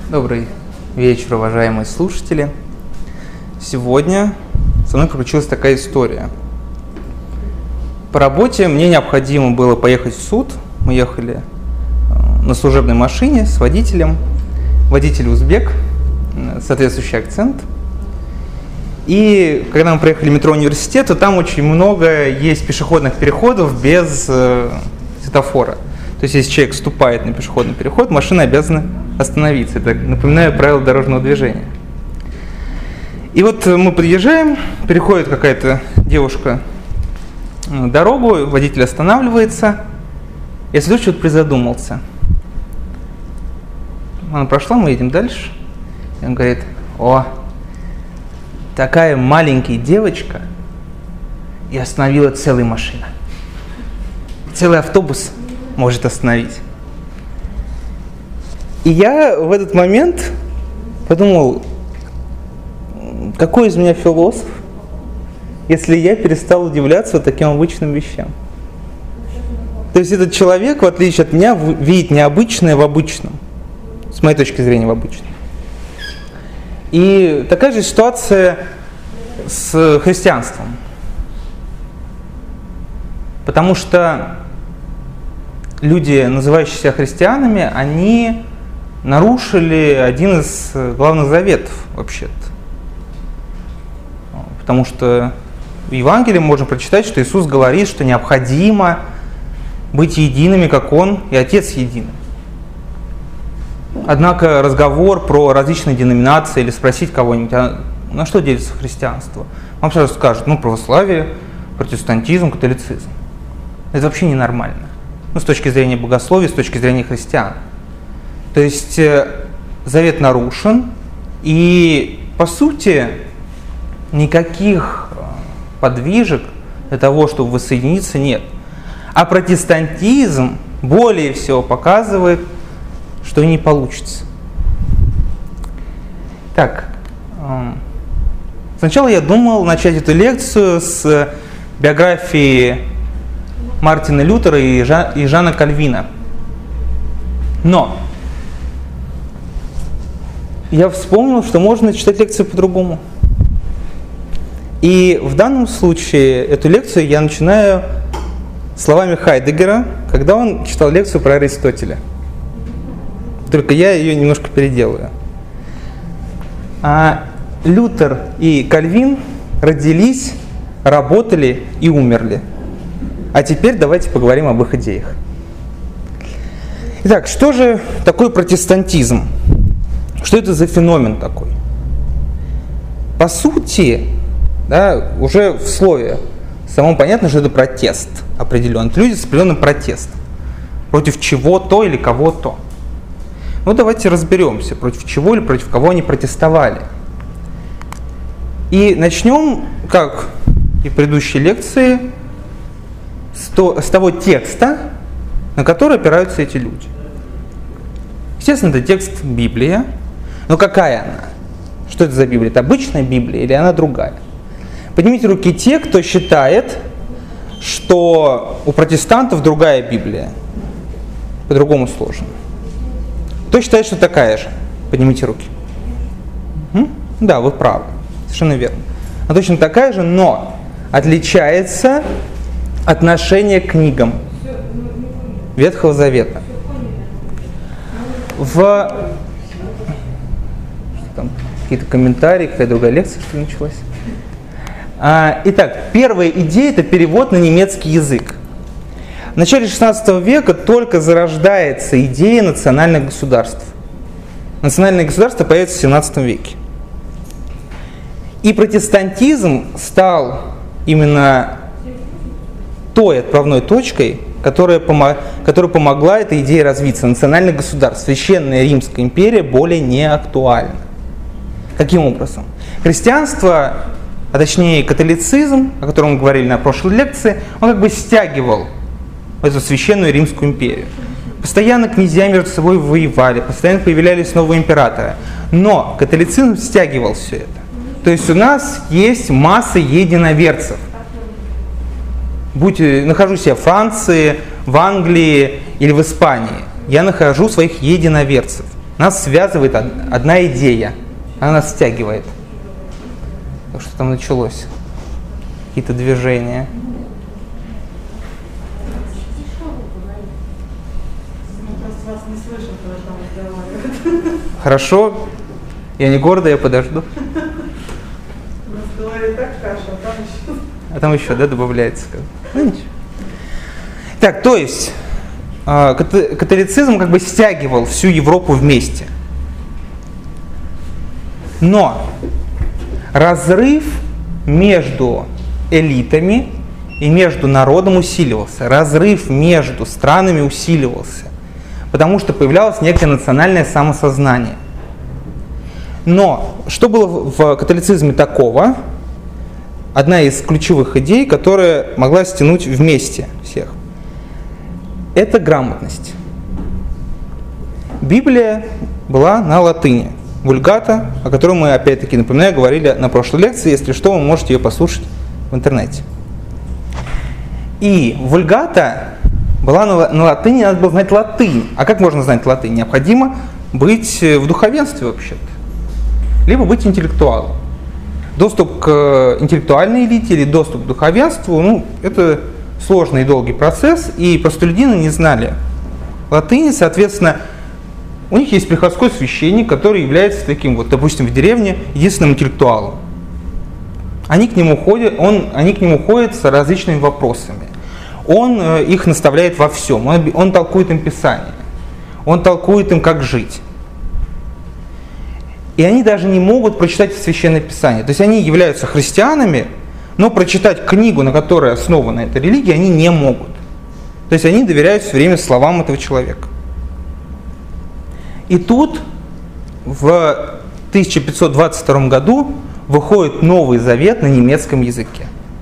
Добрый вечер, уважаемые слушатели. Сегодня со мной приключилась такая история. По работе мне необходимо было поехать в суд. Мы ехали на служебной машине с водителем. Водитель узбек, соответствующий акцент. И когда мы проехали метро Университет, то там очень много есть пешеходных переходов без светофора. То есть, если человек вступает на пешеходный переход, машина обязана остановиться. Это, напоминаю, правила дорожного движения. И вот мы подъезжаем, переходит какая-то девушка дорогу, водитель останавливается. Я смотрю, что-то призадумался. Она прошла, мы едем дальше. И он говорит: о, такая маленькая девочка, и остановила целая машина. Целый автобус может остановить. И я в этот момент подумал, какой из меня философ, если я перестал удивляться вот таким обычным вещам. То есть этот человек, в отличие от меня, видит необычное в обычном. С моей точки зрения, в обычном. И такая же ситуация с христианством. Потому что люди, называющие себя христианами, они нарушили один из главных заветов вообще-то. Потому что в Евангелии можно прочитать, что Иисус говорит, что необходимо быть едиными, как Он и Отец единый. Однако разговор про различные деноминации или спросить кого-нибудь, а на что делится христианство, вам сразу скажут, православие, протестантизм, католицизм. Это вообще ненормально. С точки зрения богословия, с точки зрения христиан. То есть завет нарушен, и по сути никаких подвижек для того, чтобы воссоединиться, нет. А протестантизм более всего показывает, что и не получится. Так, сначала я думал начать эту лекцию с биографии Мартина Лютера и Жана Кальвина. Но я вспомнил, что можно читать лекцию по-другому. И в данном случае эту лекцию я начинаю словами Хайдеггера, когда он читал лекцию про Аристотеля. Только я ее немножко переделаю. Лютер и Кальвин родились, работали и умерли. А теперь давайте поговорим об их идеях. Итак, что же такое протестантизм? Что это за феномен такой? По сути, уже в слове самому понятно, что это протест определенный. Это люди с определенным протестом. Против чего-то или кого-то. Давайте разберемся, против чего или против кого они протестовали. И начнем, как и в предыдущей лекции, с того текста, на который опираются эти люди. Естественно, это текст Библии. Но какая она? Что это за Библия? Это обычная Библия или она другая? Поднимите руки те, кто считает, что у протестантов другая Библия. По-другому сложно. Кто считает, что такая же? Поднимите руки. Да, вы правы. Совершенно верно. Она точно такая же, но отличается отношение к книгам Ветхого Завета. Там какие-то комментарии, какая-то другая лекция, что началась. Итак, первая идея – это перевод на немецкий язык. В начале XVI века только зарождается идея национальных государств. Национальные государства появятся в XVII веке. И протестантизм стал именно той отправной точкой, которая помогла этой идее развиться. Национальных государств. Священная Римская империя более не актуальна. Каким образом? Христианство, а точнее католицизм, о котором мы говорили на прошлой лекции, он как бы стягивал эту священную Римскую империю. Постоянно князья между собой воевали, постоянно появлялись новые императоры. Но католицизм стягивал все это. То есть у нас есть масса единоверцев. Нахожусь я в Франции, в Англии или в Испании, я нахожу своих единоверцев. Нас связывает одна идея. Она нас стягивает. Что там началось? Какие-то движения. Хорошо. Я не гордо, я подожду. А там еще, да, добавляется. Ну, ничего. Так, то есть, католицизм как бы стягивал всю Европу вместе. Но разрыв между элитами и между народом усиливался. Разрыв между странами усиливался. Потому что появлялось некое национальное самосознание. Но что было в католицизме такого? Одна из ключевых идей, которая могла стянуть вместе всех. Это грамотность. Библия была на латыни. Вульгата, о которой мы, опять-таки, напоминаю, говорили на прошлой лекции. Если что, вы можете ее послушать в интернете. И вульгата была на латыни, надо было знать латынь. А как можно знать латынь? Необходимо быть в духовенстве вообще-то. Либо быть интеллектуалом. Доступ к интеллектуальной элите или доступ к духовенству, это сложный и долгий процесс, и простолюдины не знали латыни, соответственно, у них есть приходской священник, который является таким вот, допустим, в деревне единственным интеллектуалом. Они к нему ходят с различными вопросами. Он их наставляет во всем, он толкует им Писание, он толкует им, как жить. И они даже не могут прочитать Священное Писание. То есть они являются христианами, но прочитать книгу, на которой основана эта религия, они не могут. То есть они доверяют все время словам этого человека. И тут в 1522 году выходит Новый Завет на немецком языке.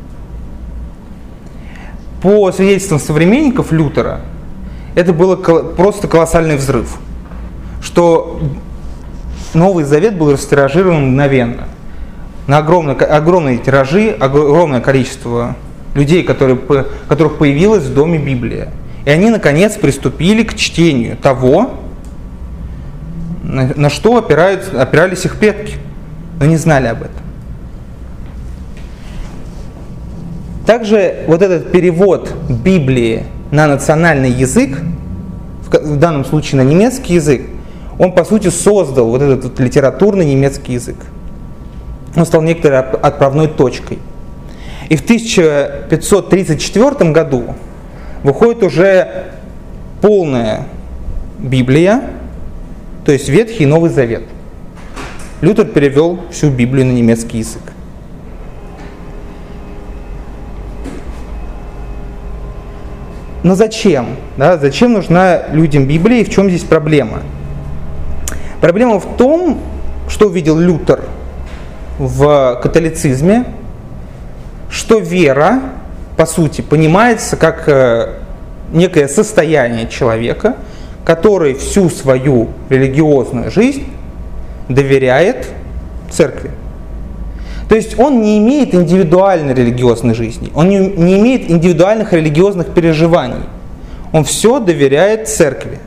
По свидетельствам современников Лютера, это был просто колоссальный взрыв, что Новый Завет был растиражирован мгновенно. На огромные тиражи, огромное количество людей, которых появилось в доме Библия. И они, наконец, приступили к чтению того, на что опирались их предки, но не знали об этом. Также вот этот перевод Библии на национальный язык, в данном случае на немецкий язык, он, по сути, создал вот этот вот литературный немецкий язык. Он стал некоторой отправной точкой. И в 1534 году выходит уже полная Библия, то есть Ветхий и Новый Завет. Лютер перевел всю Библию на немецкий язык. Но зачем? Да, зачем нужна людям Библия и в чем здесь проблема? Проблема в том, что увидел Лютер в католицизме, что вера, по сути, понимается как некое состояние человека, который всю свою религиозную жизнь доверяет церкви. То есть он не имеет индивидуальной религиозной жизни, он не имеет индивидуальных религиозных переживаний. Он все доверяет церкви.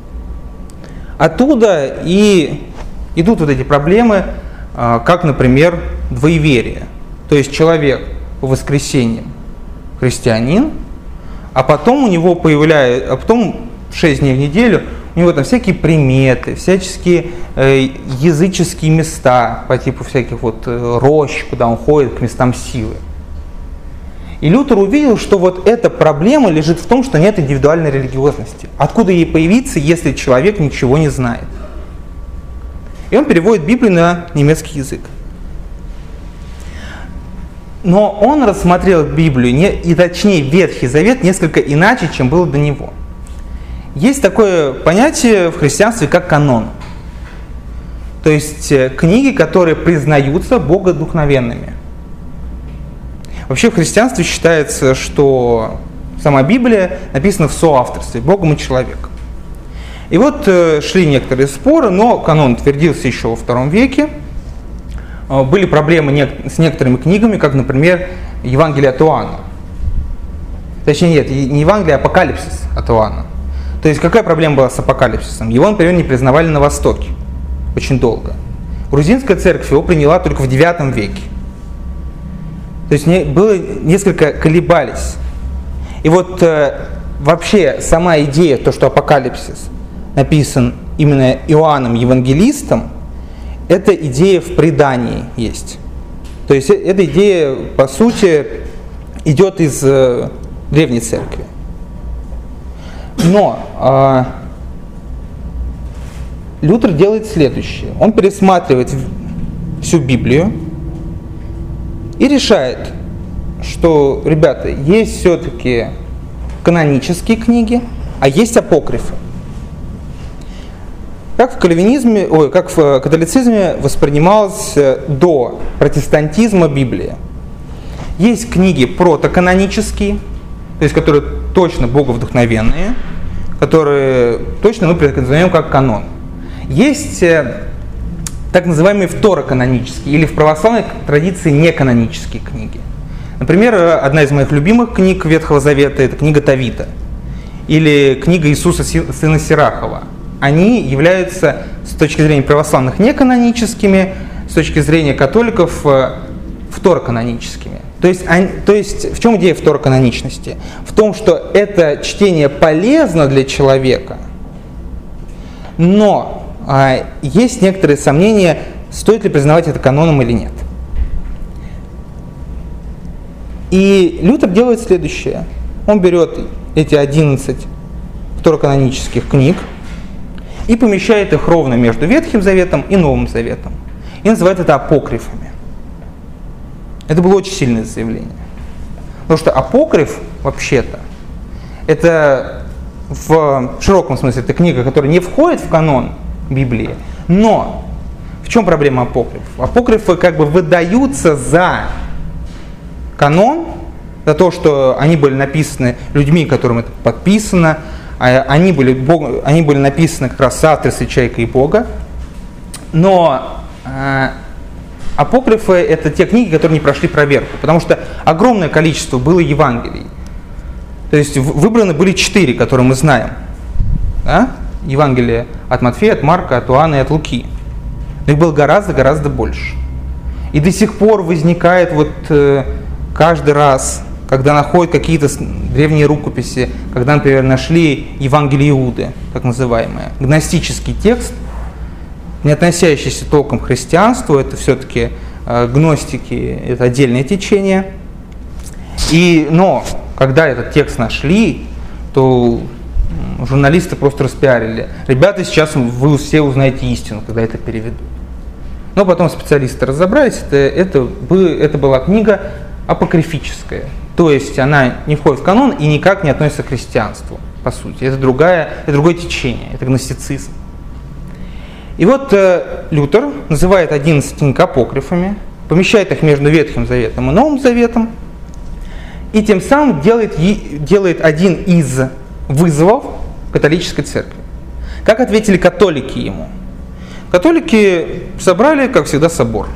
Оттуда и идут вот эти проблемы, как, например, двоеверие. То есть человек по воскресеньям христианин, а потом а потом 6 дней в неделю у него там всякие приметы, всяческие языческие места по типу всяких вот рощ, куда он ходит, к местам силы. И Лютер увидел, что вот эта проблема лежит в том, что нет индивидуальной религиозности. Откуда ей появиться, если человек ничего не знает? И он переводит Библию на немецкий язык. Но он рассмотрел Библию, и точнее Ветхий Завет, несколько иначе, чем было до него. Есть такое понятие в христианстве, как канон. То есть книги, которые признаются богодухновенными. Вообще в христианстве считается, что сама Библия написана в соавторстве Богом и человеком. И вот шли некоторые споры, но канон утвердился еще во II веке. Были проблемы с некоторыми книгами, как, например, Евангелие от Иоанна. Точнее, нет, не Евангелие, а Апокалипсис от Иоанна. То есть какая проблема была с апокалипсисом? Его, например, не признавали на Востоке очень долго. Грузинская церковь его приняла только в IX веке. То есть было несколько колебались. И вот вообще сама идея, то, что апокалипсис написан именно Иоанном Евангелистом, эта идея в предании есть. То есть эта идея, по сути, идет из Древней Церкви. Но Лютер делает следующее. Он пересматривает всю Библию и решает, что, ребята, есть все-таки канонические книги, а есть апокрифы. Как в католицизме воспринималась до протестантизма Библия. Есть книги протоканонические, то есть которые точно боговдохновенные, которые точно мы признаем как канон. Есть так называемые второканонические или в православной традиции неканонические книги. Например, одна из моих любимых книг Ветхого Завета – это книга Товита или книга Иисуса сына Сирахова. Они являются с точки зрения православных неканоническими, с точки зрения католиков второканоническими. То есть в чем идея второканоничности? В том, что это чтение полезно для человека, но есть некоторые сомнения, стоит ли признавать это каноном или нет. И Лютер делает следующее. Он берет эти 11 второканонических книг и помещает их ровно между Ветхим Заветом и Новым Заветом. И называет это апокрифами. Это было очень сильное заявление. Потому что апокриф, вообще-то, это в широком смысле это книга, которая не входит в канон Библии. Но в чем проблема апокрифов? Апокрифы как бы выдаются за канон, за то, что они были написаны людьми, которым это подписано, они были написаны как раз с адресой человека и Бога. Но апокрифы – это те книги, которые не прошли проверку, потому что огромное количество было Евангелий. То есть выбраны были 4, которые мы знаем. Да? Евангелие от Матфея, от Марка, от Иоанна и от Луки. Но их было гораздо больше. И до сих пор возникает каждый раз, когда находят какие-то древние рукописи, когда, например, нашли Евангелие Иуды, так называемое, гностический текст, не относящийся толком к христианству, это все-таки гностики, это отдельное течение. Но когда этот текст нашли, то журналисты просто распиарили. Ребята, сейчас вы все узнаете истину, когда это переведут. Но потом специалисты разобрались, это была книга апокрифическая. То есть она не входит в канон и никак не относится к христианству, по сути. Это другое течение, это гностицизм. И вот Лютер называет 11 книг апокрифами, помещает их между Ветхим Заветом и Новым Заветом, и тем самым делает один из вызовов католической церкви. Как ответили католики ему? Католики собрали, как всегда, собор.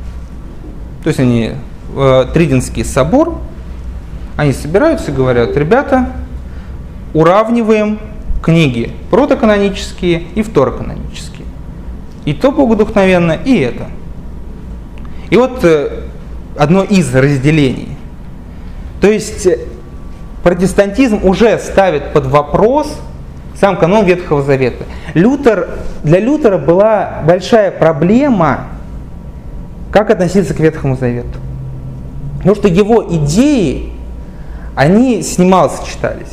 То есть они Тридентский собор, они собираются и говорят: ребята, уравниваем книги протоканонические и второканонические. И то богодухновенно, и это. И вот одно из разделений. То есть протестантизм уже ставит под вопрос сам канон Ветхого Завета. Для Лютера была большая проблема, как относиться к Ветхому Завету. Потому что его идеи, они с ним мало сочетались.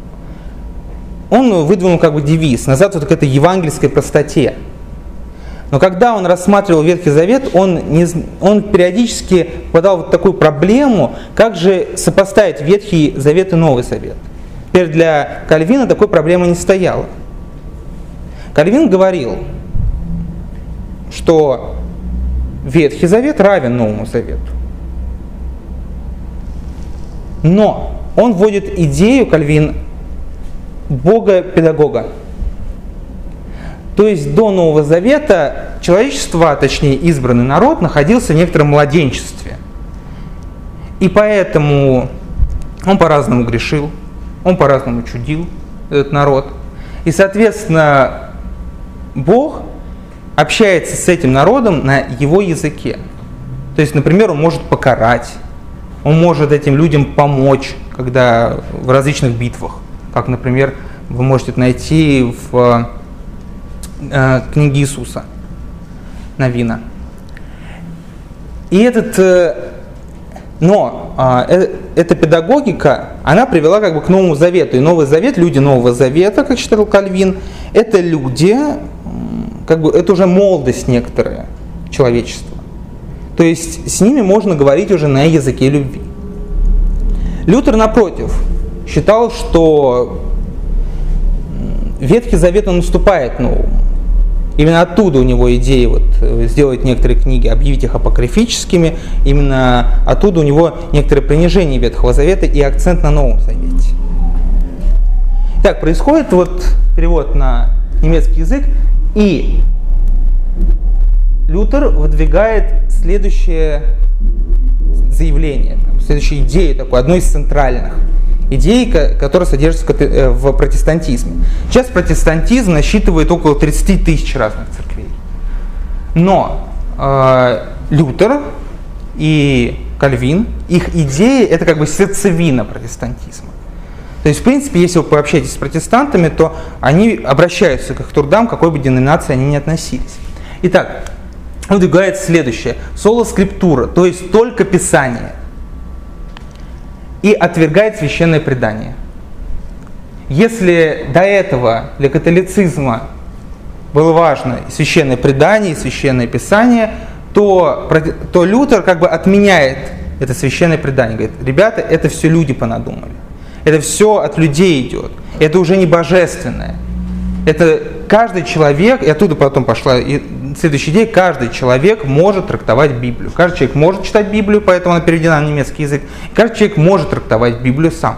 Он выдвинул как бы девиз, назад вот к этой евангельской простоте. Но когда он рассматривал Ветхий Завет, он периодически попадал в такую проблему, как же сопоставить Ветхий Завет и Новый Завет. Теперь для Кальвина такой проблемы не стояло. Кальвин говорил, что Ветхий Завет равен Новому Завету. Но он вводит идею, Кальвин, Бога-педагога. То есть до Нового Завета человечество, а точнее избранный народ, находился в некотором младенчестве. И поэтому он по-разному грешил, он по-разному чудил, этот народ. И, соответственно, Бог общается с этим народом на его языке. То есть, например, он может покарать, он может этим людям помочь, когда в различных битвах, как, например, вы можете это найти в книге Иисуса Навина. И эта педагогика, она привела как бы к Новому Завету. И Новый Завет, люди Нового Завета, как считал Кальвин, это люди, как бы это уже молодость некоторая человечества. То есть с ними можно говорить уже на языке любви. Лютер, напротив, считал, что Ветхий Завет, он уступает Новому. Именно оттуда у него идея сделать некоторые книги, объявить их апокрифическими. Именно оттуда у него некоторое принижение Ветхого Завета и акцент на Новом Завете. Так, происходит перевод на немецкий язык, и Лютер выдвигает следующее заявление, следующую идею, такую, одну из центральных идей, которая содержится в протестантизме. Сейчас протестантизм насчитывает около 30 тысяч разных церквей. Но Лютер и Кальвин, их идеи, это как бы сердцевина протестантизма. То есть, в принципе, если вы пообщаетесь с протестантами, то они обращаются к их трудам, к какой бы деноминации они ни относились. Итак, выдвигается следующее. Соло скриптура, то есть только Писание. И отвергает священное предание. Если до этого для католицизма было важно и священное предание, и священное писание, то Лютер как бы отменяет это священное предание. Говорит, ребята, это все люди понадумали. Это все от людей идет. Это уже не божественное. Это каждый человек, и оттуда потом пошла и следующая идея, каждый человек может трактовать Библию. Каждый человек может читать Библию, поэтому она переведена на немецкий язык. Каждый человек может трактовать Библию сам.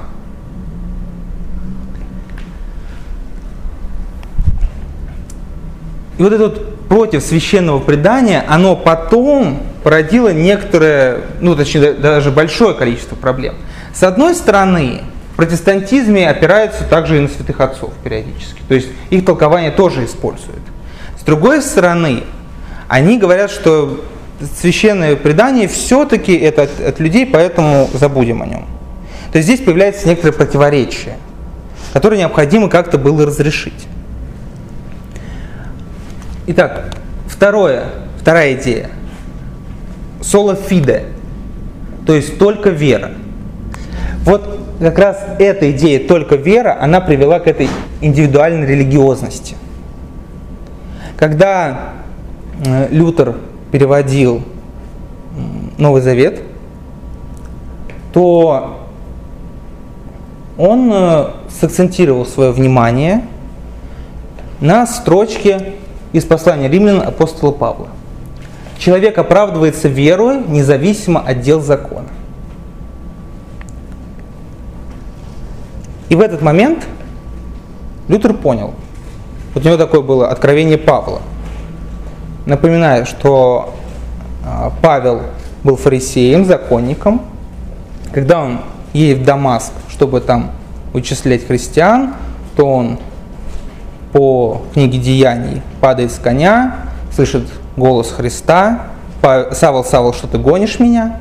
И вот это против священного предания, оно потом породило некоторое, точнее даже большое количество проблем. С одной стороны, в протестантизме опираются также и на святых отцов периодически. То есть их толкование тоже используют. С другой стороны, они говорят, что священное предание все-таки это от людей, поэтому забудем о нем. То есть здесь появляется некоторое противоречие, которое необходимо как-то было разрешить. Итак, вторая идея. Соло фиде, то есть только вера. Вот как раз эта идея «только вера», она привела к этой индивидуальной религиозности. Когда Лютер переводил Новый Завет, то он сакцентировал свое внимание на строчке из послания римлянам апостола Павла. Человек оправдывается верою, независимо от дел закона. И в этот момент Лютер понял, вот у него такое было откровение Павла. Напоминаю, что Павел был фарисеем, законником. Когда он едет в Дамаск, чтобы там вычислять христиан, то он по книге Деяний падает с коня, слышит голос Христа: «Савл, Савл, что ты гонишь меня?»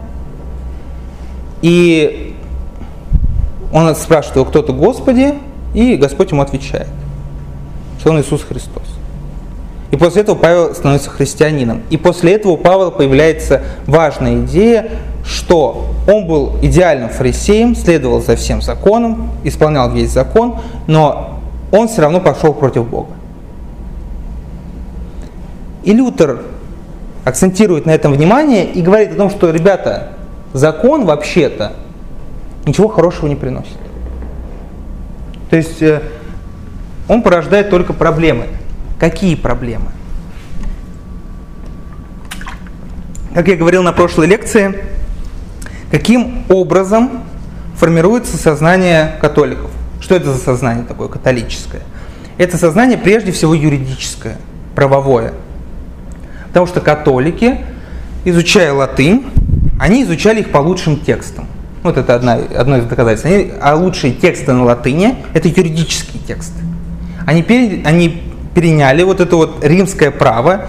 И он спрашивает его: «Кто ты, Господи?» И Господь ему отвечает, что он Иисус Христос. И после этого Павел становится христианином. И после этого у Павла появляется важная идея, что он был идеальным фарисеем, следовал за всем законам, исполнял весь закон, но он все равно пошел против Бога. И Лютер акцентирует на этом внимание и говорит о том, что, ребята, закон вообще-то ничего хорошего не приносит. То есть он порождает только проблемы. Какие проблемы? Как я говорил на прошлой лекции, каким образом формируется сознание католиков? Что это за сознание такое католическое? Это сознание прежде всего юридическое, правовое. Потому что католики, изучая латынь, они изучали их по лучшим текстам. Вот это одно из доказательств. А лучшие тексты на латыни – это юридические тексты. Они переняли вот это вот римское право,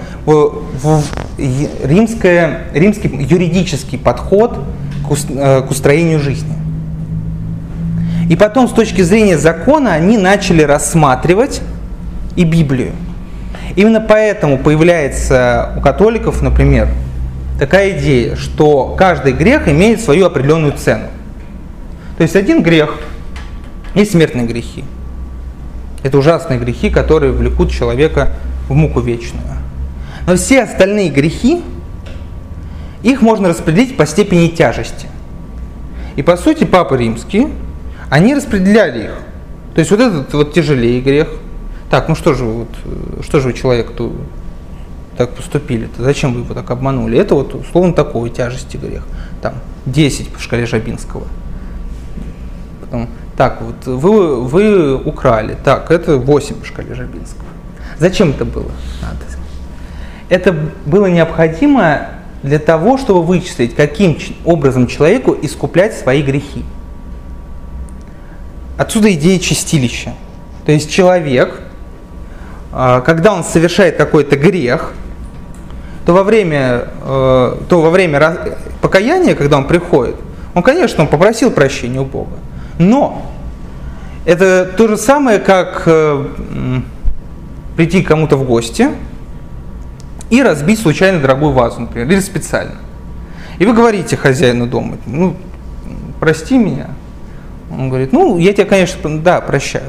римский юридический подход к устроению жизни. И потом, с точки зрения закона, они начали рассматривать и Библию. Именно поэтому появляется у католиков, например, такая идея, что каждый грех имеет свою определенную цену. То есть один грех и смертные грехи. Это ужасные грехи, которые влекут человека в муку вечную. Но все остальные грехи, их можно распределить по степени тяжести. И по сути Папы Римские, они распределяли их. То есть вот этот вот тяжелее грех. Так, ну что же вы человек-то так поступили-то? Зачем вы его так обманули? Это вот условно такой тяжести грех. Там 10 по шкале Жабинского. Потом, так, вот вы украли. Так, это 8 по шкале Жабинского. Зачем это было? Это было необходимо для того, чтобы вычислить, каким образом человеку искуплять свои грехи. Отсюда идея чистилища. То есть человек, когда он совершает какой-то грех, то во время покаяния, когда он приходит, он, конечно, попросил прощения у Бога. Но это то же самое, как прийти к кому-то в гости и разбить случайно дорогую вазу, например, или специально. И вы говорите хозяину дома, ну, прости меня. Он говорит, ну, я тебя, конечно, да, прощаю.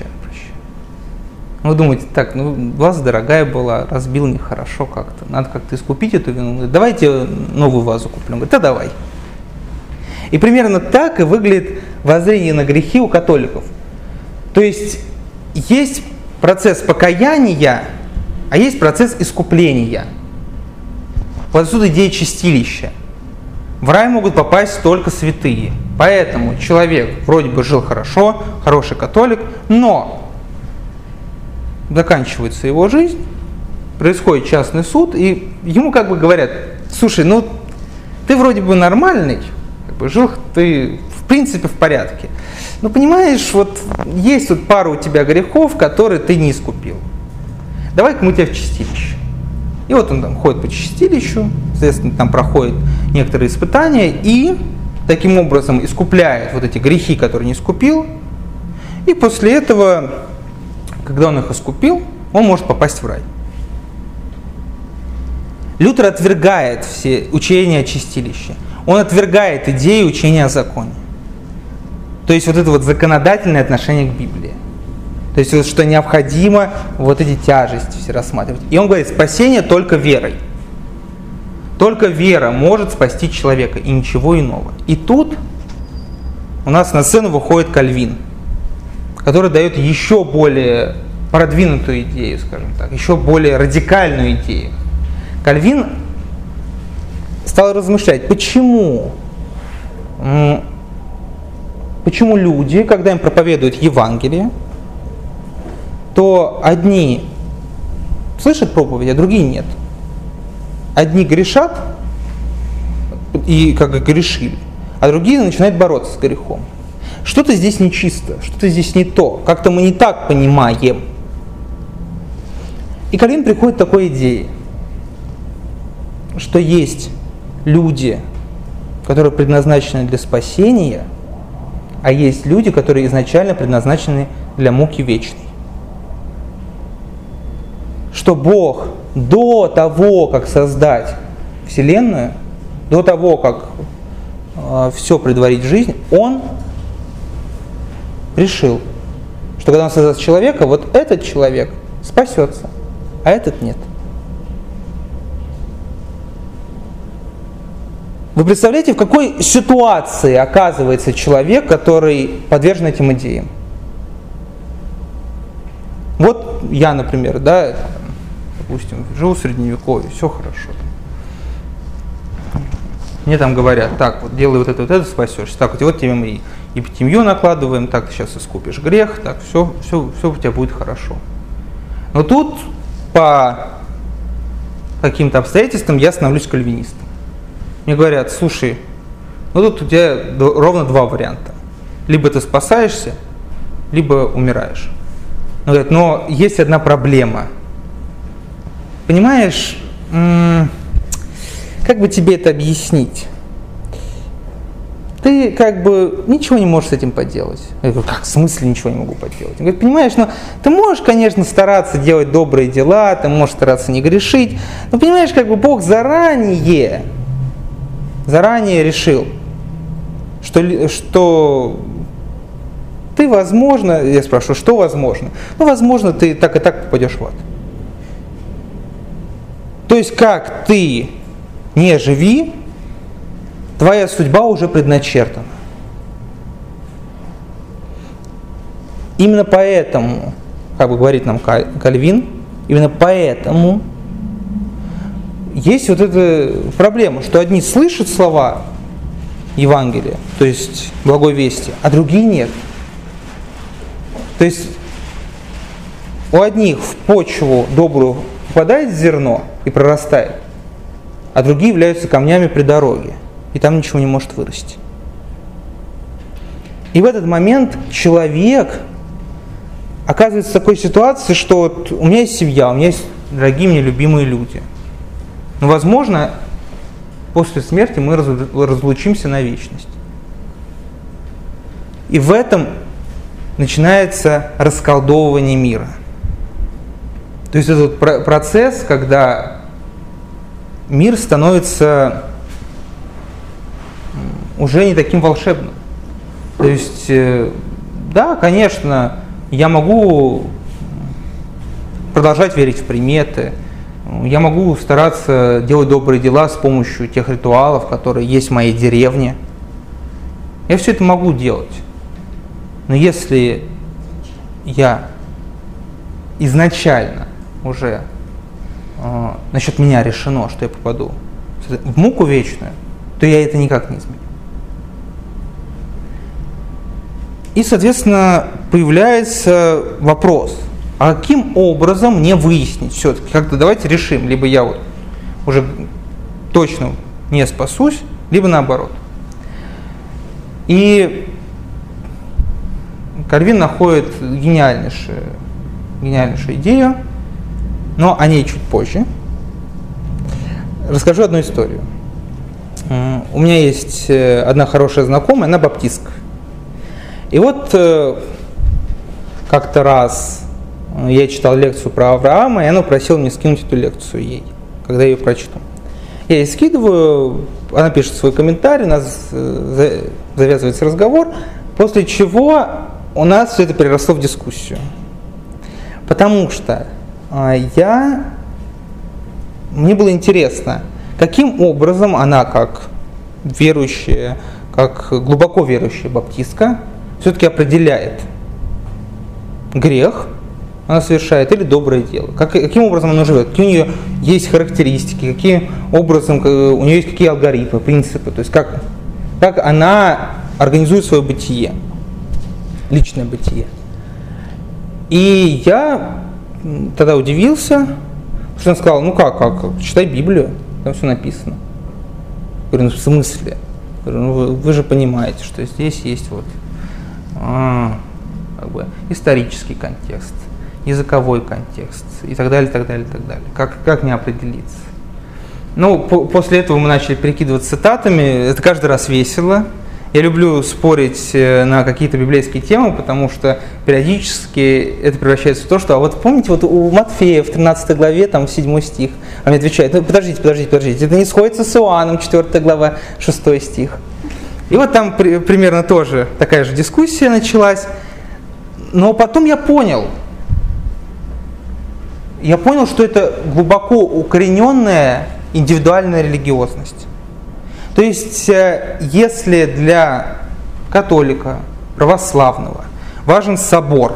Вы думаете, так, ну, ваза дорогая была, разбил нехорошо как-то, надо как-то искупить эту вину. Он говорит, давайте новую вазу куплю. Он говорит, да давай. И примерно так и выглядит воззрение на грехи у католиков. То есть процесс покаяния, а есть процесс искупления. Вот отсюда идея чистилища. В рай могут попасть только святые. Поэтому человек вроде бы жил хорошо, хороший католик, но заканчивается его жизнь, происходит частный суд, и ему как бы говорят, слушай, ну ты вроде бы нормальный, как бы жил ты в принципе в порядке, но понимаешь, вот есть тут пару у тебя грехов, которые ты не искупил. Давай-ка мы тебя в чистилище. И вот он там ходит по чистилищу, соответственно, там проходит некоторые испытания и таким образом искупляет вот эти грехи, которые не искупил. И после этого, когда он их искупил, он может попасть в рай. Лютер отвергает все учения о чистилище. Он отвергает идею учения о законе. То есть вот это вот законодательное отношение к Библии. То есть вот, что необходимо вот эти тяжести все рассматривать. И он говорит, спасение только верой. Только вера может спасти человека и ничего иного. И тут у нас на сцену выходит Кальвин, который дает еще более продвинутую идею, скажем так, еще более радикальную идею. Кальвин стал размышлять, почему люди, когда им проповедуют Евангелие, то одни слышат проповедь, а другие нет. Одни грешат и как бы грешили, а другие начинают бороться с грехом. Что-то здесь нечисто, что-то здесь не то, как-то мы не так понимаем. И Кальвин приходит к такой идее, что есть люди, которые предназначены для спасения, а есть люди, которые изначально предназначены для муки вечной. Что Бог до того, как создать Вселенную, до того, как все предварить в жизнь, Он решил, что когда Он создаст человека, вот этот человек спасется, а этот нет. Вы представляете, в какой ситуации оказывается человек, который подвержен этим идеям? Вот я, например, да, допустим, живу в Средневековье, все хорошо. Мне там говорят, так, вот делай вот это, спасешься. Так, вот тебе мы и птимью накладываем, так, ты сейчас искупишь грех, так, все у тебя будет хорошо. Но тут по каким-то обстоятельствам я становлюсь кальвинистом. Мне говорят, слушай, ну тут у тебя ровно два варианта. Либо ты спасаешься, либо умираешь. Он говорит, но есть одна проблема. Понимаешь, как бы тебе это объяснить? Ты как бы ничего не можешь с этим поделать. Я говорю, как, в смысле ничего не могу поделать? Он говорит, понимаешь, ну ты можешь, конечно, стараться делать добрые дела, ты можешь стараться не грешить, но понимаешь, как бы Бог заранее решил, что ты, возможно, я спрашиваю, что возможно? Ну, возможно, ты так и так попадешь в ад. То есть, как ты не живи, твоя судьба уже предначертана. Именно поэтому, как бы говорит нам Кальвин, именно поэтому есть вот эта проблема, что одни слышат слова Евангелия, то есть благой вести, а другие нет. То есть у одних в почву добрую попадает зерно и прорастает, а другие являются камнями при дороге, и там ничего не может вырасти. И в этот момент человек оказывается в такой ситуации, что вот у меня есть семья, у меня есть дорогие мне любимые люди. Но, возможно, после смерти мы разлучимся на вечность. И в этом начинается расколдовывание мира. То есть этот процесс, когда мир становится уже не таким волшебным. То есть, да, конечно, я могу продолжать верить в приметы, я могу стараться делать добрые дела с помощью тех ритуалов, которые есть в моей деревне. Я все это могу делать. Но если я изначально уже насчет меня решено, что я попаду в муку вечную, то я это никак не изменю. И, соответственно, появляется вопрос, а каким образом мне выяснить все-таки, как-то давайте решим, либо я вот уже точно не спасусь, либо наоборот. И Кальвин находит гениальнейшую идею, но о ней чуть позже. Расскажу одну историю. У меня есть одна хорошая знакомая, она баптистка. И вот как-то раз я читал лекцию про Авраама, и она просила меня скинуть эту лекцию ей, когда я ее прочту. Я ей скидываю, она пишет свой комментарий, у нас завязывается разговор, после чего у нас все это переросло в дискуссию. Потому что мне было интересно, каким образом она, как верующая, как глубоко верующая баптистка, все-таки определяет грех, она совершает, или доброе дело. Каким образом она живет, какие у нее есть характеристики, каким образом у нее есть какие алгоритмы, принципы, то есть как она организует свое бытие, личное бытие. И я тогда удивился, что она сказала, ну как, читай Библию, там все написано. Я говорю, ну в смысле? Я говорю, ну вы же понимаете, что здесь есть вот как бы исторический контекст, языковой контекст и так далее, так далее, так далее. Как мне определиться? Ну, после этого мы начали перекидываться цитатами, это каждый раз весело. Я люблю спорить на какие-то библейские темы, потому что периодически это превращается в то, что, а вот помните, вот у Матфея в 13 главе, там, 7 стих, он мне отвечает, ну, подождите, это не сходится с Иоанном, 4 глава, 6 стих. И вот там примерно тоже такая же дискуссия началась, но потом я понял, что это глубоко укорененная индивидуальная религиозность. То есть, если для католика, православного важен собор,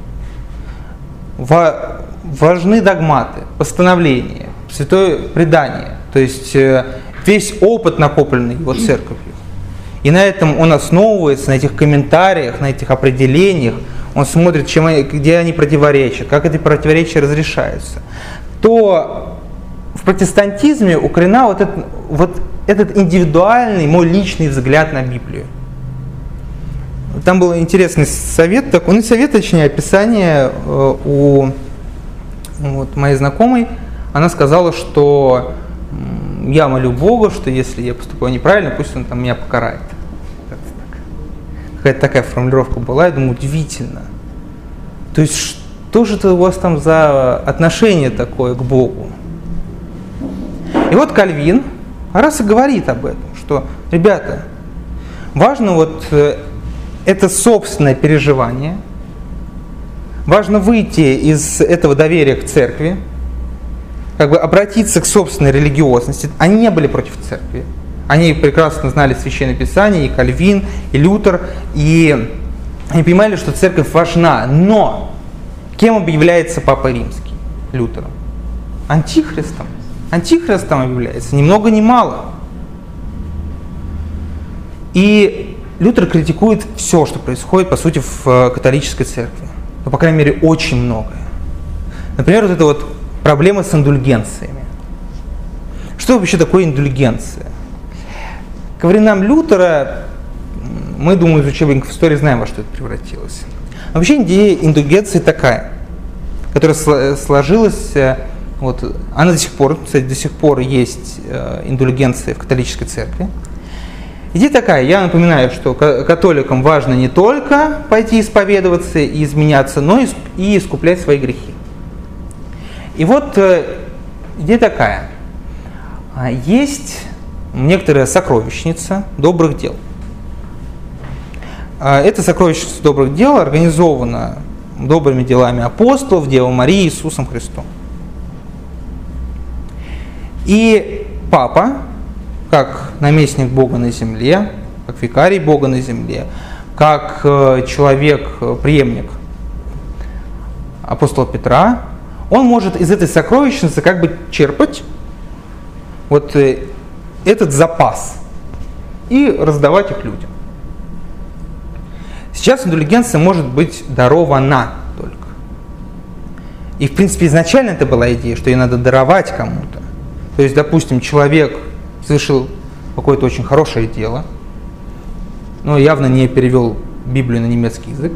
важны догматы, постановления, святое предание, то есть весь опыт, накопленный его церковью, и на этом он основывается, на этих комментариях, на этих определениях, он смотрит, где они противоречат, как эти противоречия разрешаются, то в протестантизме укоренен вот этот индивидуальный, мой личный взгляд на Библию. там был интересный совет, такой, совет, точнее, описание у моей знакомой. Она сказала, что я молю Бога, что если я поступаю неправильно, пусть Он там меня покарает. Какая-то такая формулировка была, я думаю, удивительно. То есть, что же это у вас там за отношение такое к Богу? И вот Кальвин раз и говорит об этом, что, ребята, важно вот это собственное переживание, важно выйти из этого доверия к церкви, как бы обратиться к собственной религиозности. Они не были против церкви. Они прекрасно знали Священное Писание, и Кальвин, и Лютер, и они понимали, что церковь важна. Но кем объявляется Папа Римский, Лютером? Антихристом. Антихристом объявляется, ни много ни мало. И Лютер критикует все, что происходит, по сути, в католической церкви. Ну, по крайней мере, очень многое. Например, вот эта вот проблема с индульгенциями. Что вообще такое индульгенция? Ко временам Лютера, мы, думаю, из учебников истории знаем, во что это превратилось. Но вообще идея индульгенции такая, которая сложилась, вот, она до сих пор, кстати, до сих пор есть индульгенция в католической церкви. Идея такая, я напоминаю, что католикам важно не только пойти исповедоваться и изменяться, но и искуплять свои грехи. И вот идея такая, есть некоторая сокровищница добрых дел. Эта сокровищница добрых дел организована добрыми делами апостолов, Девой Марии, Иисусом Христом. И Папа, как наместник Бога на земле, как викарий Бога на земле, как человек, преемник апостола Петра, он может из этой сокровищницы как бы черпать вот этот запас и раздавать их людям. Сейчас индульгенция может быть дарована только. И, в принципе, изначально это была идея, что ее надо даровать кому-то. То есть, допустим, человек совершил какое-то очень хорошее дело, но явно не перевел Библию на немецкий язык.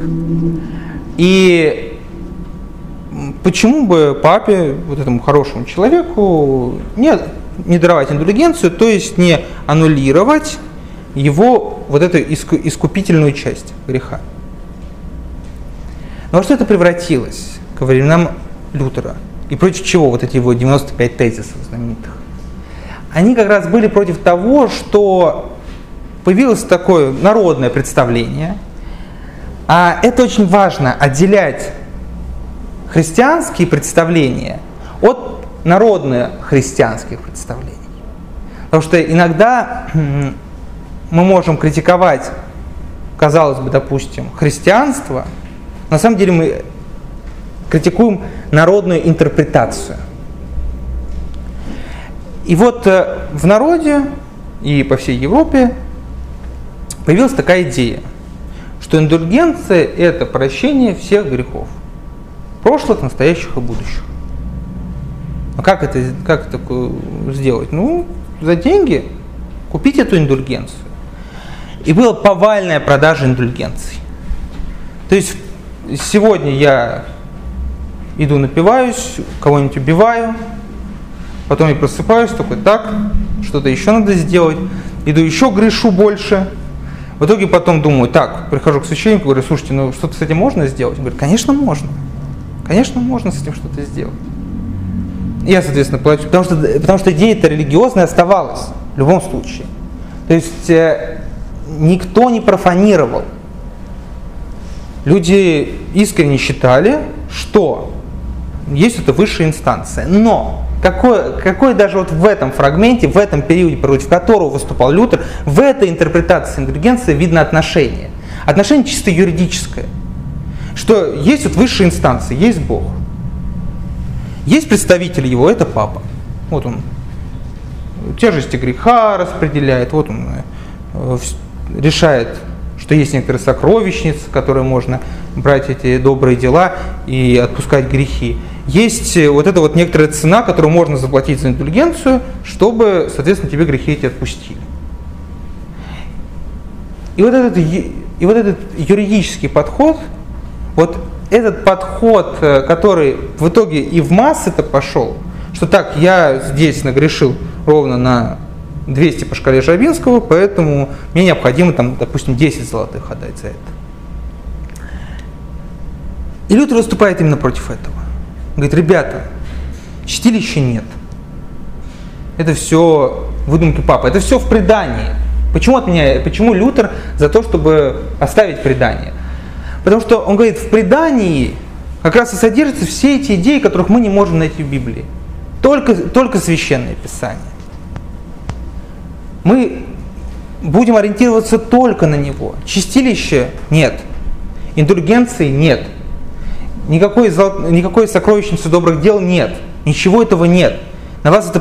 И почему бы папе, вот этому хорошему человеку, не даровать индульгенцию, то есть не аннулировать его вот эту искупительную часть греха. Но во что это превратилось ко временам Лютера? И против чего вот эти его 95 тезисов знаменитых? Они как раз были против того, что появилось такое народное представление, а это очень важно, отделять христианские представления от народно-христианских представлений. Потому что иногда мы можем критиковать, казалось бы, допустим, христианство, на самом деле мы критикуем народную интерпретацию. И вот в народе и по всей Европе появилась такая идея, что индульгенция – это прощение всех грехов, прошлых, настоящих и будущих. А как это сделать? Ну, за деньги купить эту индульгенцию. И была повальная продажа индульгенций. То есть сегодня я иду напиваюсь, кого-нибудь убиваю, потом я просыпаюсь, такой, так, что-то еще надо сделать, иду еще грешу больше. В итоге потом думаю, так, прихожу к священнику, говорю, слушайте, ну что-то с этим можно сделать? Он говорит, конечно можно. Конечно можно с этим что-то сделать. Я, соответственно, плачу, потому что идея-то религиозная оставалась в любом случае. То есть никто не профанировал. Люди искренне считали, что есть эта высшая инстанция. Но какой даже вот в этом фрагменте, в этом периоде, против которого выступал Лютер, в этой интерпретации индульгенции видно отношение. Отношение чисто юридическое. Что есть вот высшая инстанция, есть Бог. Есть представитель его, это Папа. Вот он тяжести греха распределяет, вот он решает, что есть некоторые сокровищницы, которые можно брать эти добрые дела и отпускать грехи. Есть вот эта вот некоторая цена, которую можно заплатить за индульгенцию, чтобы, соответственно, тебе грехи эти отпустили. И вот этот И вот этот юридический подход, вот этот подход, который в итоге и в массы-то пошел, что так, я здесь нагрешил ровно на 200 по шкале Жабинского, поэтому мне необходимо, там, допустим, 10 золотых отдать за это. И Лютер выступает именно против этого. Говорит, ребята, чистилища нет. Это все выдумки папы, это все в предании. Почему Лютер за то, чтобы оставить предание? Потому что он говорит, в предании как раз и содержатся все эти идеи, которых мы не можем найти в Библии. Только Священное Писание. Мы будем ориентироваться только на него. Чистилища нет. Индульгенции нет. Никакой сокровищницы добрых дел нет. Ничего этого нет. На вас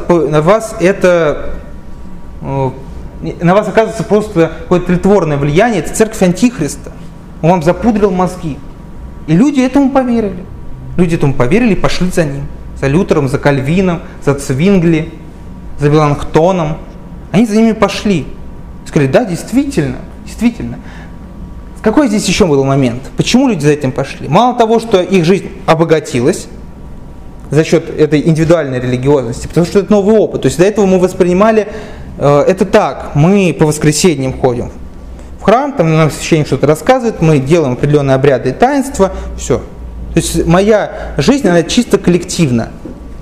оказывается просто какое-то тлетворное влияние. Это церковь Антихриста. Он вам запудрил мозги. И люди этому поверили. Люди этому поверили и пошли за ним. За Лютером, за Кальвином, за Цвингли, за Меланхтоном. Они за ними пошли. Сказали, да, действительно. Какой здесь еще был момент? Почему люди за этим пошли? Мало того, что их жизнь обогатилась за счет этой индивидуальной религиозности, потому что это новый опыт. То есть до этого мы воспринимали это так. Мы по воскресеньям ходим в храм, там нам священник что-то рассказывает, мы делаем определенные обряды и таинства, все. То есть моя жизнь, она чисто коллективна.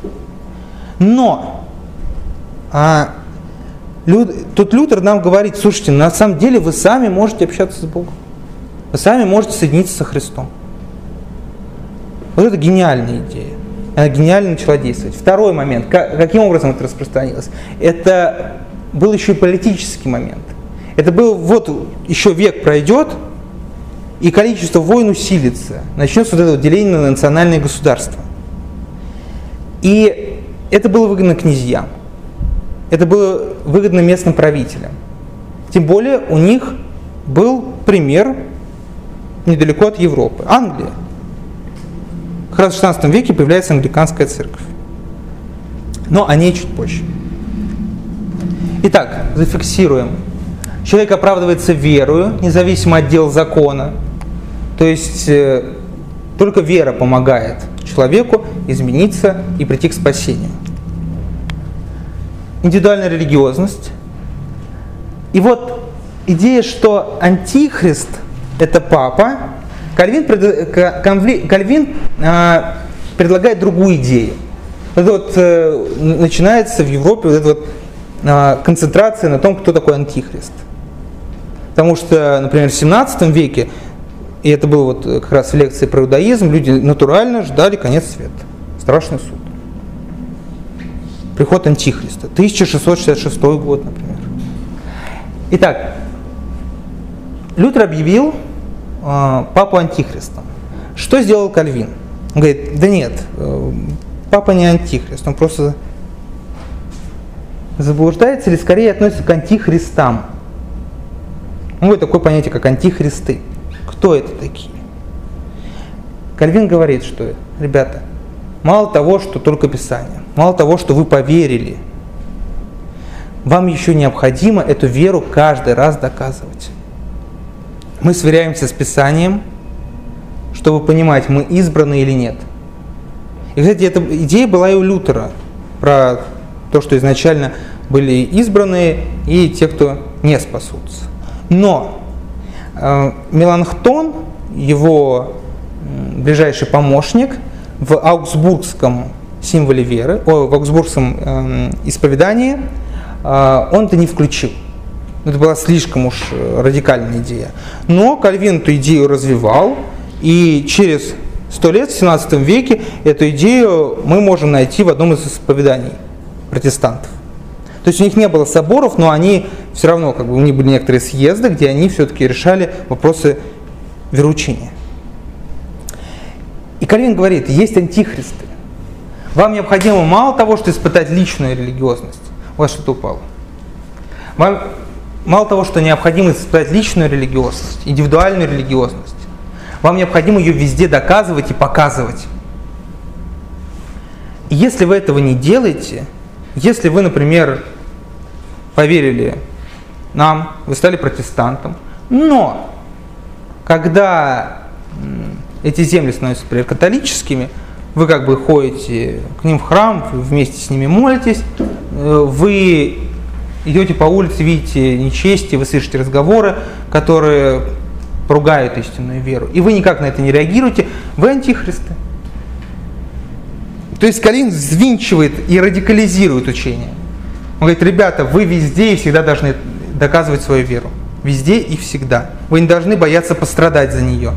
Но тут Лютер нам говорит, слушайте, на самом деле вы сами можете общаться с Богом. Вы сами можете соединиться со Христом. Вот это гениальная идея. Она гениально начала действовать. Второй момент. Каким образом это распространилось? Это был еще и политический момент. Это был, вот еще век пройдет, и количество войн усилится. Начнется вот это деление на национальные государства. И это было выгодно князьям. Это было выгодно местным правителям. Тем более у них был пример недалеко от Европы. Англия. Как раз в XVI веке появляется англиканская церковь. Но о ней чуть позже. Итак, зафиксируем. Человек оправдывается верою, независимо от дел закона. То есть только вера помогает человеку измениться и прийти к спасению. Индивидуальная религиозность. И вот идея, что антихрист – это папа, Кальвин предлагает другую идею. Это вот начинается в Европе вот эта вот концентрация на том, кто такой антихрист. Потому что, например, в 17 веке, и это было вот как раз в лекции про иудаизм, люди натурально ждали конец света. Страшный суд. Приход антихриста. 1666 год, например. Итак, Лютер объявил папу антихристом. Что сделал Кальвин? Он говорит, да нет, папа не антихрист, он просто заблуждается или скорее относится к антихристам. Ну, вот такое понятие, как антихристы. Кто это такие? Кальвин говорит, что, ребята, мало того, что только Писание, мало того, что вы поверили, вам еще необходимо эту веру каждый раз доказывать. Мы сверяемся с Писанием, чтобы понимать, мы избраны или нет. И, кстати, эта идея была и у Лютера, про то, что изначально были избранные и те, кто не спасутся. Но Меланхтон, его ближайший помощник, в аугсбургском символе веры, в аугсбургском исповедании, он это не включил. Это была слишком уж радикальная идея. Но Кальвин эту идею развивал, и через 100 лет, в 17 веке, эту идею мы можем найти в одном из исповеданий протестантов. То есть у них не было соборов, но они все равно, как бы, у них были некоторые съезды, где они все-таки решали вопросы вероучения. И Кальвин говорит, есть антихристы. Вам необходимо мало того, что испытать личную религиозность. У вас что-то упало. Вам мало того, что необходимо испытать личную религиозность, индивидуальную религиозность. Вам необходимо ее везде доказывать и показывать. И если вы этого не делаете, если вы, например, поверили нам, вы стали протестантом, но когда эти земли становятся, например, католическими, вы как бы ходите к ним в храм, вы вместе с ними молитесь, вы идете по улице, видите нечестие, вы слышите разговоры, которые поругают истинную веру, и вы никак на это не реагируете, вы антихристы. То есть Кальвин взвинчивает и радикализирует учение. Он говорит: ребята, вы везде и всегда должны доказывать свою веру. Везде и всегда. Вы не должны бояться пострадать за нее.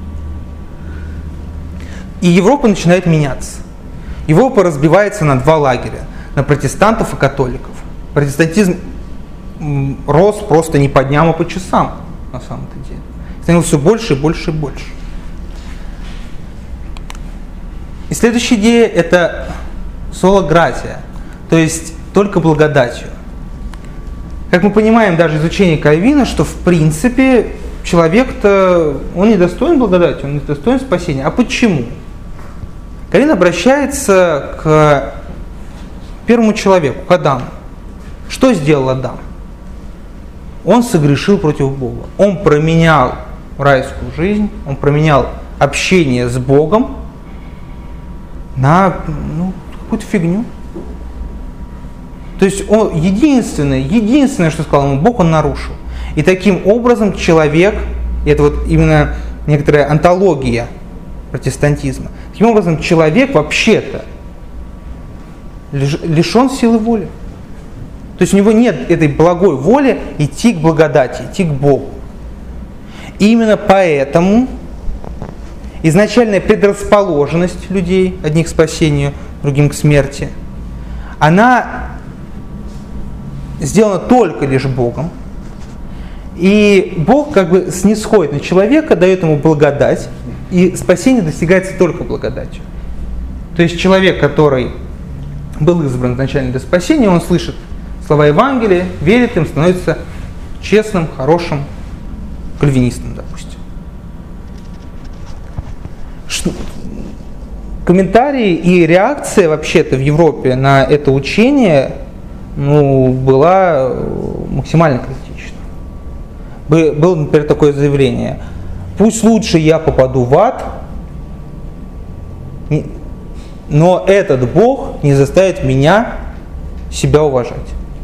И Европа начинает меняться. Европа разбивается на два лагеря. На протестантов и католиков. Протестантизм рос просто не по дням, а по часам, на самом-то деле. Становился все больше и больше и больше. И следующая идея – это соло гратия, то есть только благодатью. Как мы понимаем даже из учения Кальвина, что в принципе человек-то, он не достоин благодати, он не достоин спасения. А почему? Кальвин обращается к первому человеку, к Адаму. Что сделал Адам? Он согрешил против Бога. Он променял райскую жизнь, он променял общение с Богом на какую-то фигню. То есть он единственное, что сказал ему Бог, он нарушил. И таким образом человек, и это вот именно некоторая антология протестантизма, таким образом человек вообще-то лишен силы воли. То есть у него нет этой благой воли идти к благодати, идти к Богу. И именно поэтому изначальная предрасположенность людей, одних к спасению, другим к смерти, она сделана только лишь Богом. И Бог как бы снисходит на человека, дает ему благодать, и спасение достигается только благодатью. То есть человек, который был избран изначально для спасения, он слышит слова Евангелия, верит им, становится честным, хорошим кальвинистом, допустим. Комментарии и реакция вообще-то в Европе на это учение была максимально критична. Было, например, такое заявление: пусть лучше я попаду в ад, но этот Бог не заставит меня себя уважать.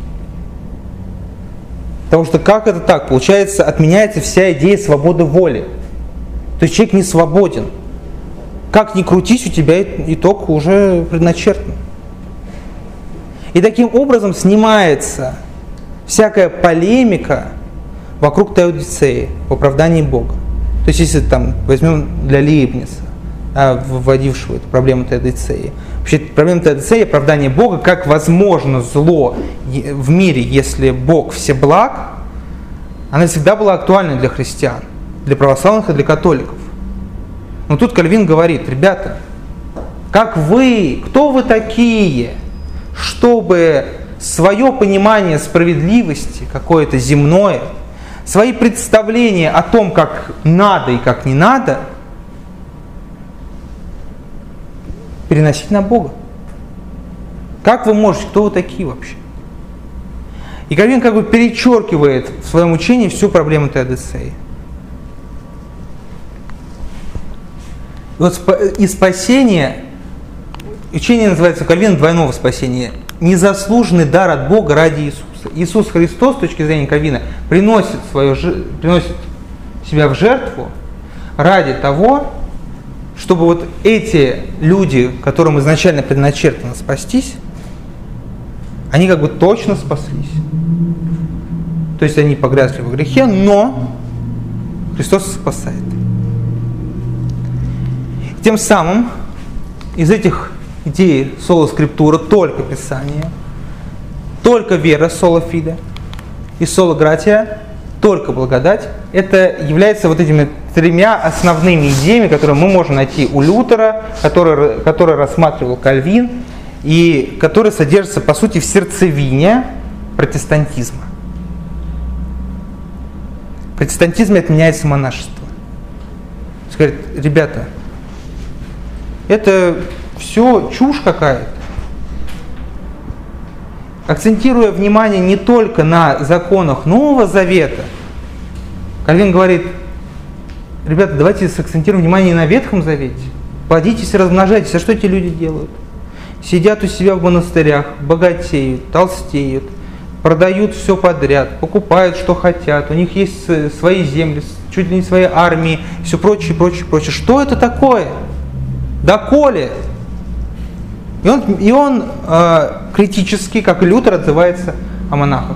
Потому что как это так? Получается, отменяется вся идея свободы воли. То есть человек не свободен. Как ни крутись, у тебя итог уже предначертан. И таким образом снимается всякая полемика вокруг теодицеи, в оправдании Бога. То есть если там возьмем для Лейбница, вводившего эту проблему теодицеи. Вообще проблема теодицеи, оправдание Бога, как возможно зло в мире, если Бог всеблаг, она всегда была актуальна для христиан, для православных и для католиков. Но тут Кальвин говорит: ребята, как вы, кто вы такие, чтобы свое понимание справедливости, какое-то земное, свои представления о том, как надо и как не надо, переносить на Бога? Как вы можете? Кто вы такие вообще? И Кальвин как бы перечеркивает в своем учении всю проблему теодицеи. И спасение, учение называется у Кальвина двойного спасения, незаслуженный дар от Бога ради Иисуса. Иисус Христос, с точки зрения Кальвина, приносит себя в жертву ради того, чтобы вот эти люди, которым изначально предначертано спастись, они как бы точно спаслись. То есть они погрязли в грехе, но Христос спасает. Тем самым из этих идей соло скриптура только Писание, только вера соло фиде и соло гратия, только благодать, это является вот этими тремя основными идеями, которые мы можем найти у Лютера, которые рассматривал Кальвин, и которые содержатся, по сути, в сердцевине протестантизма. В протестантизме отменяется монашество. Говорит: ребята, это все чушь какая-то. Акцентируя внимание не только на законах Нового Завета, Кальвин говорит: ребята, давайте сакцентируем внимание на Ветхом Завете. Плодитесь и размножайтесь. А что эти люди делают? Сидят у себя в монастырях, богатеют, толстеют, продают все подряд, покупают, что хотят. У них есть свои земли, чуть ли не свои армии, все прочее, прочее, прочее. Что это такое? Доколе? И он критически, как и Лютер, отзывается о монахах.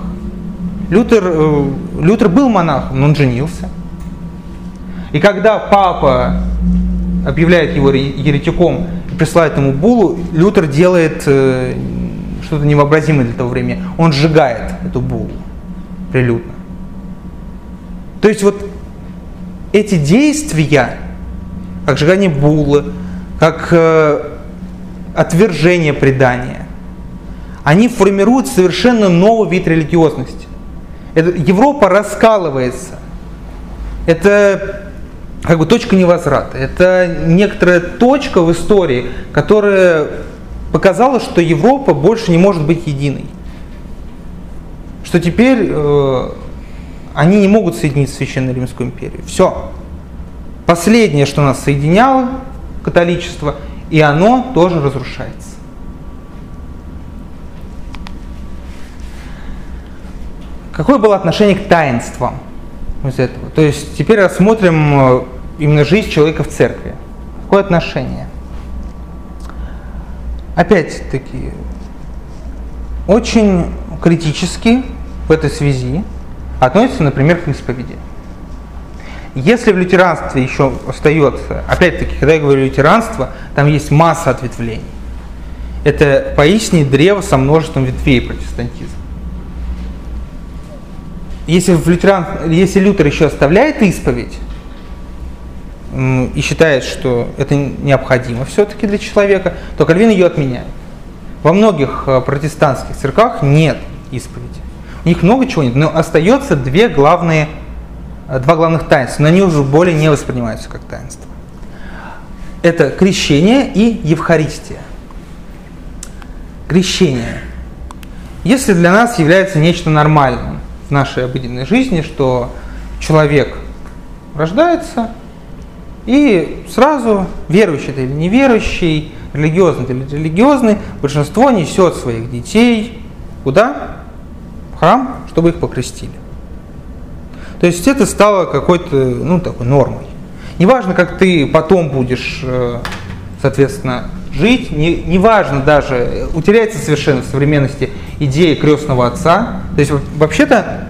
Лютер был монахом, но он женился. И когда папа объявляет его еретиком и присылает ему буллу, Лютер делает что-то невообразимое для того времени. Он сжигает эту буллу прилюдно. То есть вот эти действия, как сжигание буллы, как отвержение предания, они формируют совершенно новый вид религиозности. Европа раскалывается. Это как бы точка невозврата. Это некоторая точка в истории, которая показала, что Европа больше не может быть единой. Что теперь они не могут соединиться с Священной Римской империей. Все. Последнее, что нас соединяло, католичество, и оно тоже разрушается. Какое было отношение к таинствам из этого? То есть теперь рассмотрим именно жизнь человека в церкви. Какое отношение? Опять-таки, очень критически в этой связи относится, например, к исповеди. Если в лютеранстве еще остается, опять-таки, когда я говорю лютеранство, там есть масса ответвлений. Это поистине древо со множеством ветвей протестантизма. Если Лютер еще оставляет исповедь и считает, что это необходимо все-таки для человека, то Кальвин ее отменяет. Во многих протестантских церквах нет исповеди. У них много чего нет, но остается два главных таинства, но они уже более не воспринимаются как таинства. Это крещение и Евхаристия. Крещение. Если для нас является нечто нормальным в нашей обыденной жизни, что человек рождается и сразу, верующий ты или неверующий, религиозный ты или религиозный, большинство несет своих детей куда? В храм, чтобы их покрестили. То есть это стало какой-то, такой нормой. Неважно, как ты потом будешь, соответственно, жить, неважно даже, утеряется совершенно в современности идея крестного отца. То есть вообще-то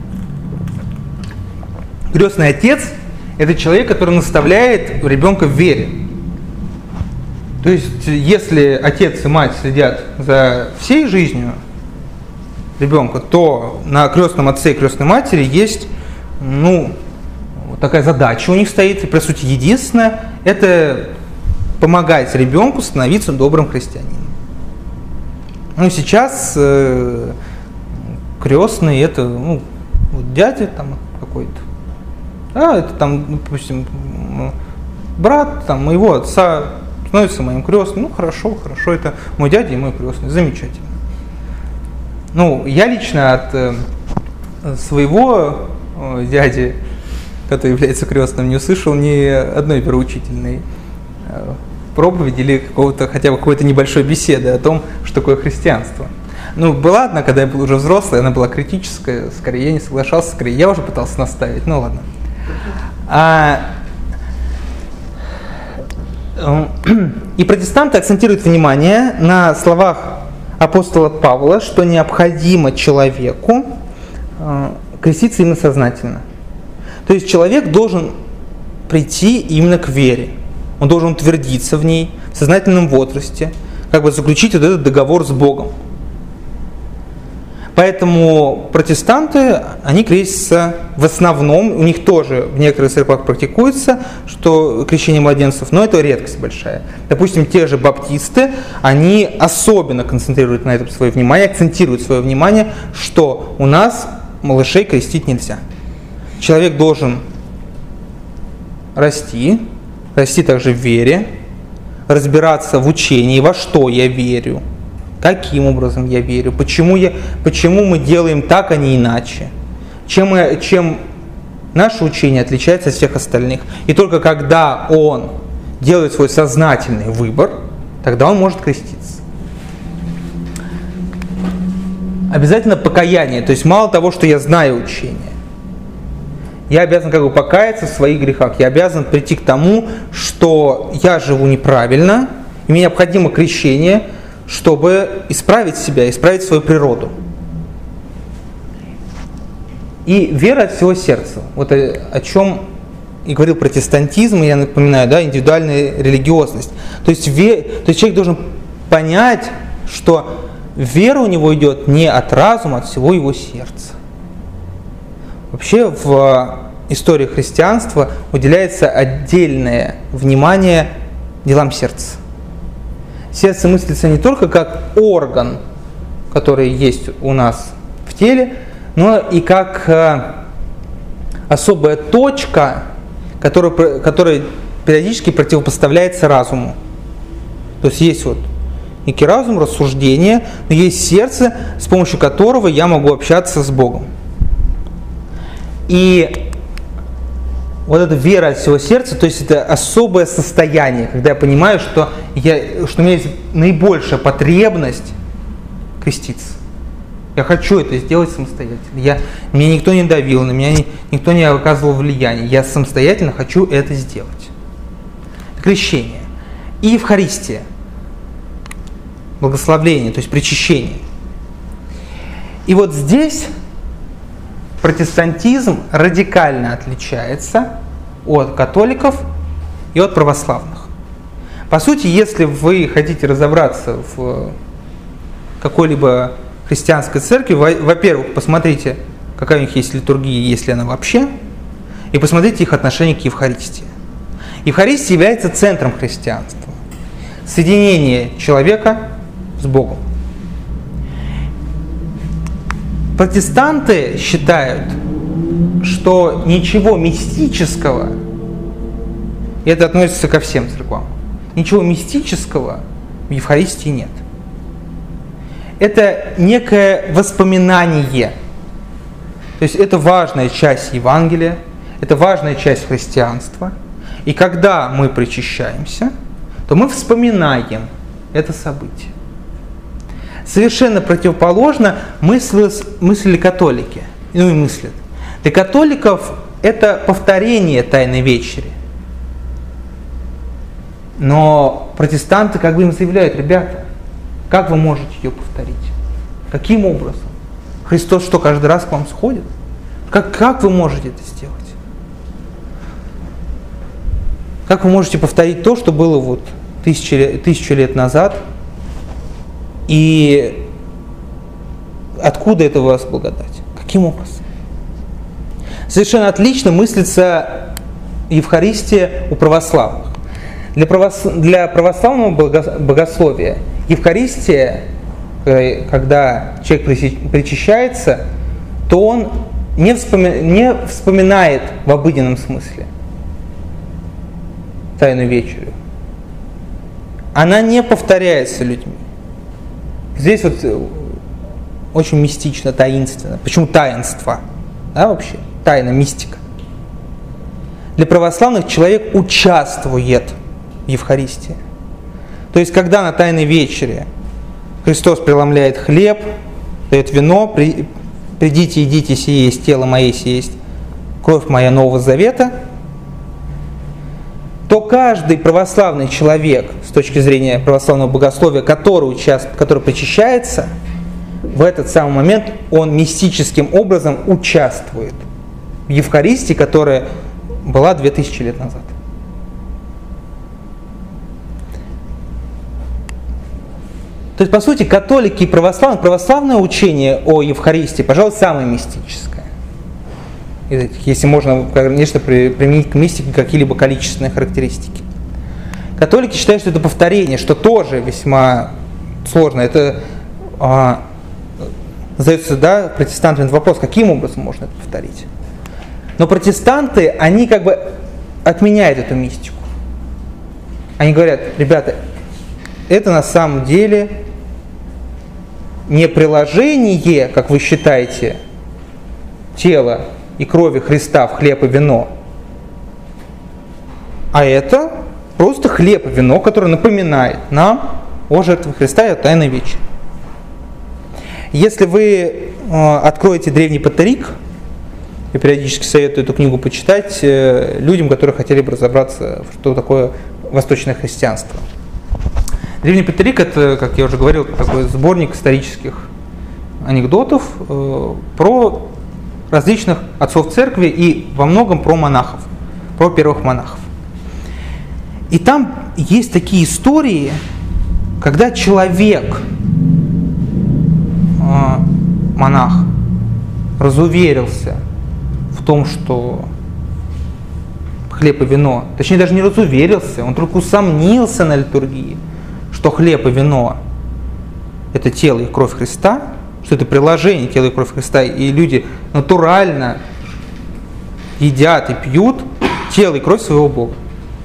крестный отец – это человек, который наставляет ребенка в вере. То есть если отец и мать следят за всей жизнью ребенка, то на крестном отце и крестной матери есть такая задача у них стоит, и, по сути, единственная – это помогать ребенку становиться добрым христианином. Сейчас крестный – это дядя там какой-то, это там, допустим, брат там, моего отца становится моим крестным. Хорошо, это мой дядя и мой крестный, замечательно. Я лично от своего дяди, который является крестным, не услышал ни одной вероучительной проповеди или хотя бы какой-то небольшой беседы о том, что такое христианство. Была одна, когда я был уже взрослый, она была критическая, скорее я не соглашался, скорее я уже пытался наставить, ладно. И протестанты акцентируют внимание на словах апостола Павла, что необходимо человеку креститься именно сознательно. То есть человек должен прийти именно к вере. Он должен утвердиться в ней в сознательном возрасте, заключить вот этот договор с Богом. Поэтому протестанты, они крестятся в основном, у них тоже в некоторых церквах практикуется, что крещение младенцев, но это редкость большая. Допустим, те же баптисты, они особенно концентрируют на этом свое внимание, акцентируют свое внимание, что у нас малышей крестить нельзя. Человек должен расти также в вере, разбираться в учении, во что я верю, каким образом я верю, почему мы делаем так, а не иначе, чем наше учение отличается от всех остальных. И только когда он делает свой сознательный выбор, тогда он может креститься. Обязательно покаяние. То есть мало того, что я знаю учение, я обязан как бы покаяться в своих грехах. Я обязан прийти к тому, что я живу неправильно, и мне необходимо крещение, чтобы исправить себя, исправить свою природу. И вера от всего сердца. Вот о чем и говорил протестантизм, и я напоминаю, да, индивидуальная религиозность. То есть человек должен понять, что вера у него идет не от разума, а от всего его сердца. Вообще в истории христианства уделяется отдельное внимание делам сердца. Сердце мыслится не только как орган, который есть у нас в теле, но и как особая точка, которая периодически противопоставляется разуму. То есть есть вот некий разум, рассуждение, но есть сердце, с помощью которого я могу общаться с Богом. И вот эта вера от всего сердца, то есть это особое состояние, когда я понимаю, что у меня есть наибольшая потребность креститься. Я хочу это сделать самостоятельно. Меня никто не давил, на меня никто не оказывал влияния. Я самостоятельно хочу это сделать. Крещение. И Евхаристия. Благословление, то есть причащение. И вот здесь протестантизм радикально отличается от католиков и от православных. По сути, если вы хотите разобраться в какой-либо христианской церкви, во-первых, посмотрите, какая у них есть литургия, есть ли она вообще, и посмотрите их отношение к Евхаристии. Евхаристия является центром христианства. Соединение человека с Богом. Протестанты считают, что ничего мистического, и это относится ко всем церквам, ничего мистического в Евхаристии нет. Это некое воспоминание. То есть это важная часть Евангелия, это важная часть христианства. И когда мы причащаемся, то мы вспоминаем это событие. Совершенно противоположно мыслили католики. Ну и мыслят. Для католиков это повторение Тайной Вечери. Но протестанты как бы им заявляют: ребята, как вы можете ее повторить? Каким образом? Христос что, каждый раз к вам сходит? Как вы можете это сделать? Как вы можете повторить то, что было вот тысячу лет назад? И откуда это у вас благодать? Каким образом? Совершенно отлично мыслится Евхаристия у православных. Для православного богословия Евхаристия, когда человек причащается, то он не вспоминает в обыденном смысле Тайную Вечерю. Она не повторяется людьми. Здесь вот очень мистично, таинственно. Почему таинство? Да, вообще? Тайна, мистика. Для православных человек участвует в Евхаристии. То есть, когда на Тайной Вечере Христос преломляет хлеб, дает вино, придите, едите, сие есть тело мое, сие есть кровь моя Нового Завета, то каждый православный человек, с точки зрения православного богословия, который причащается, в этот самый момент он мистическим образом участвует в Евхаристии, которая была 2000 лет назад. То есть, по сути, католики и православное учение о Евхаристии, пожалуй, самое мистическое. Если можно, конечно, применить к мистике какие-либо количественные характеристики. Католики считают, что это повторение, что тоже весьма сложно. Это задается, да, протестантам вопрос, каким образом можно это повторить. Но протестанты, они как бы отменяют эту мистику. Они говорят: ребята, это на самом деле не приложение, как вы считаете, тела и крови Христа в хлеб и вино, а это просто хлеб и вино, которое напоминает нам о жертве Христа и о Тайной вечере. Если вы откроете Древний Патерик, я периодически советую эту книгу почитать людям, которые хотели бы разобраться, что такое восточное христианство. Древний Патерик – это, как я уже говорил, такой сборник исторических анекдотов про различных отцов церкви и во многом про монахов, про первых монахов. И там есть такие истории, когда человек, монах, разуверился в том, что хлеб и вино, точнее даже не разуверился, он только усомнился на литургии, что хлеб и вино – это тело и кровь Христа, что это приложение тела и кровь Христа, и люди натурально едят и пьют тело и кровь своего Бога,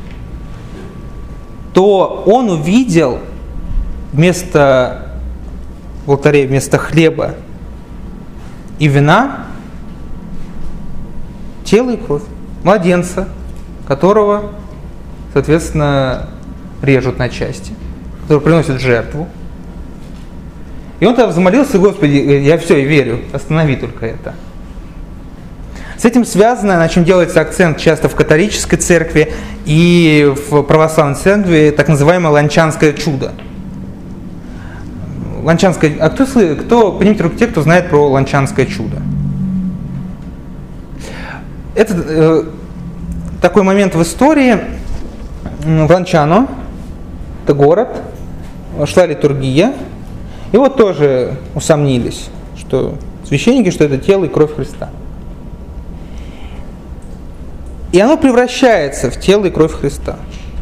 то он увидел в алтаре вместо хлеба и вина тело и кровь младенца, которого, соответственно, режут на части, который приносит жертву. И он тогда взмолился: Господи, я все, и верю, останови только это. С этим связано, на чем делается акцент часто в католической церкви и в православной церкви, так называемое ланчанское чудо. Ланчанское, кто поднимите руку те, кто знает про ланчанское чудо? Это такой момент в истории. В Ланчано, это город, шла литургия, и вот тоже усомнились, что священники, что это тело и кровь Христа. И оно превращается в тело и кровь Христа.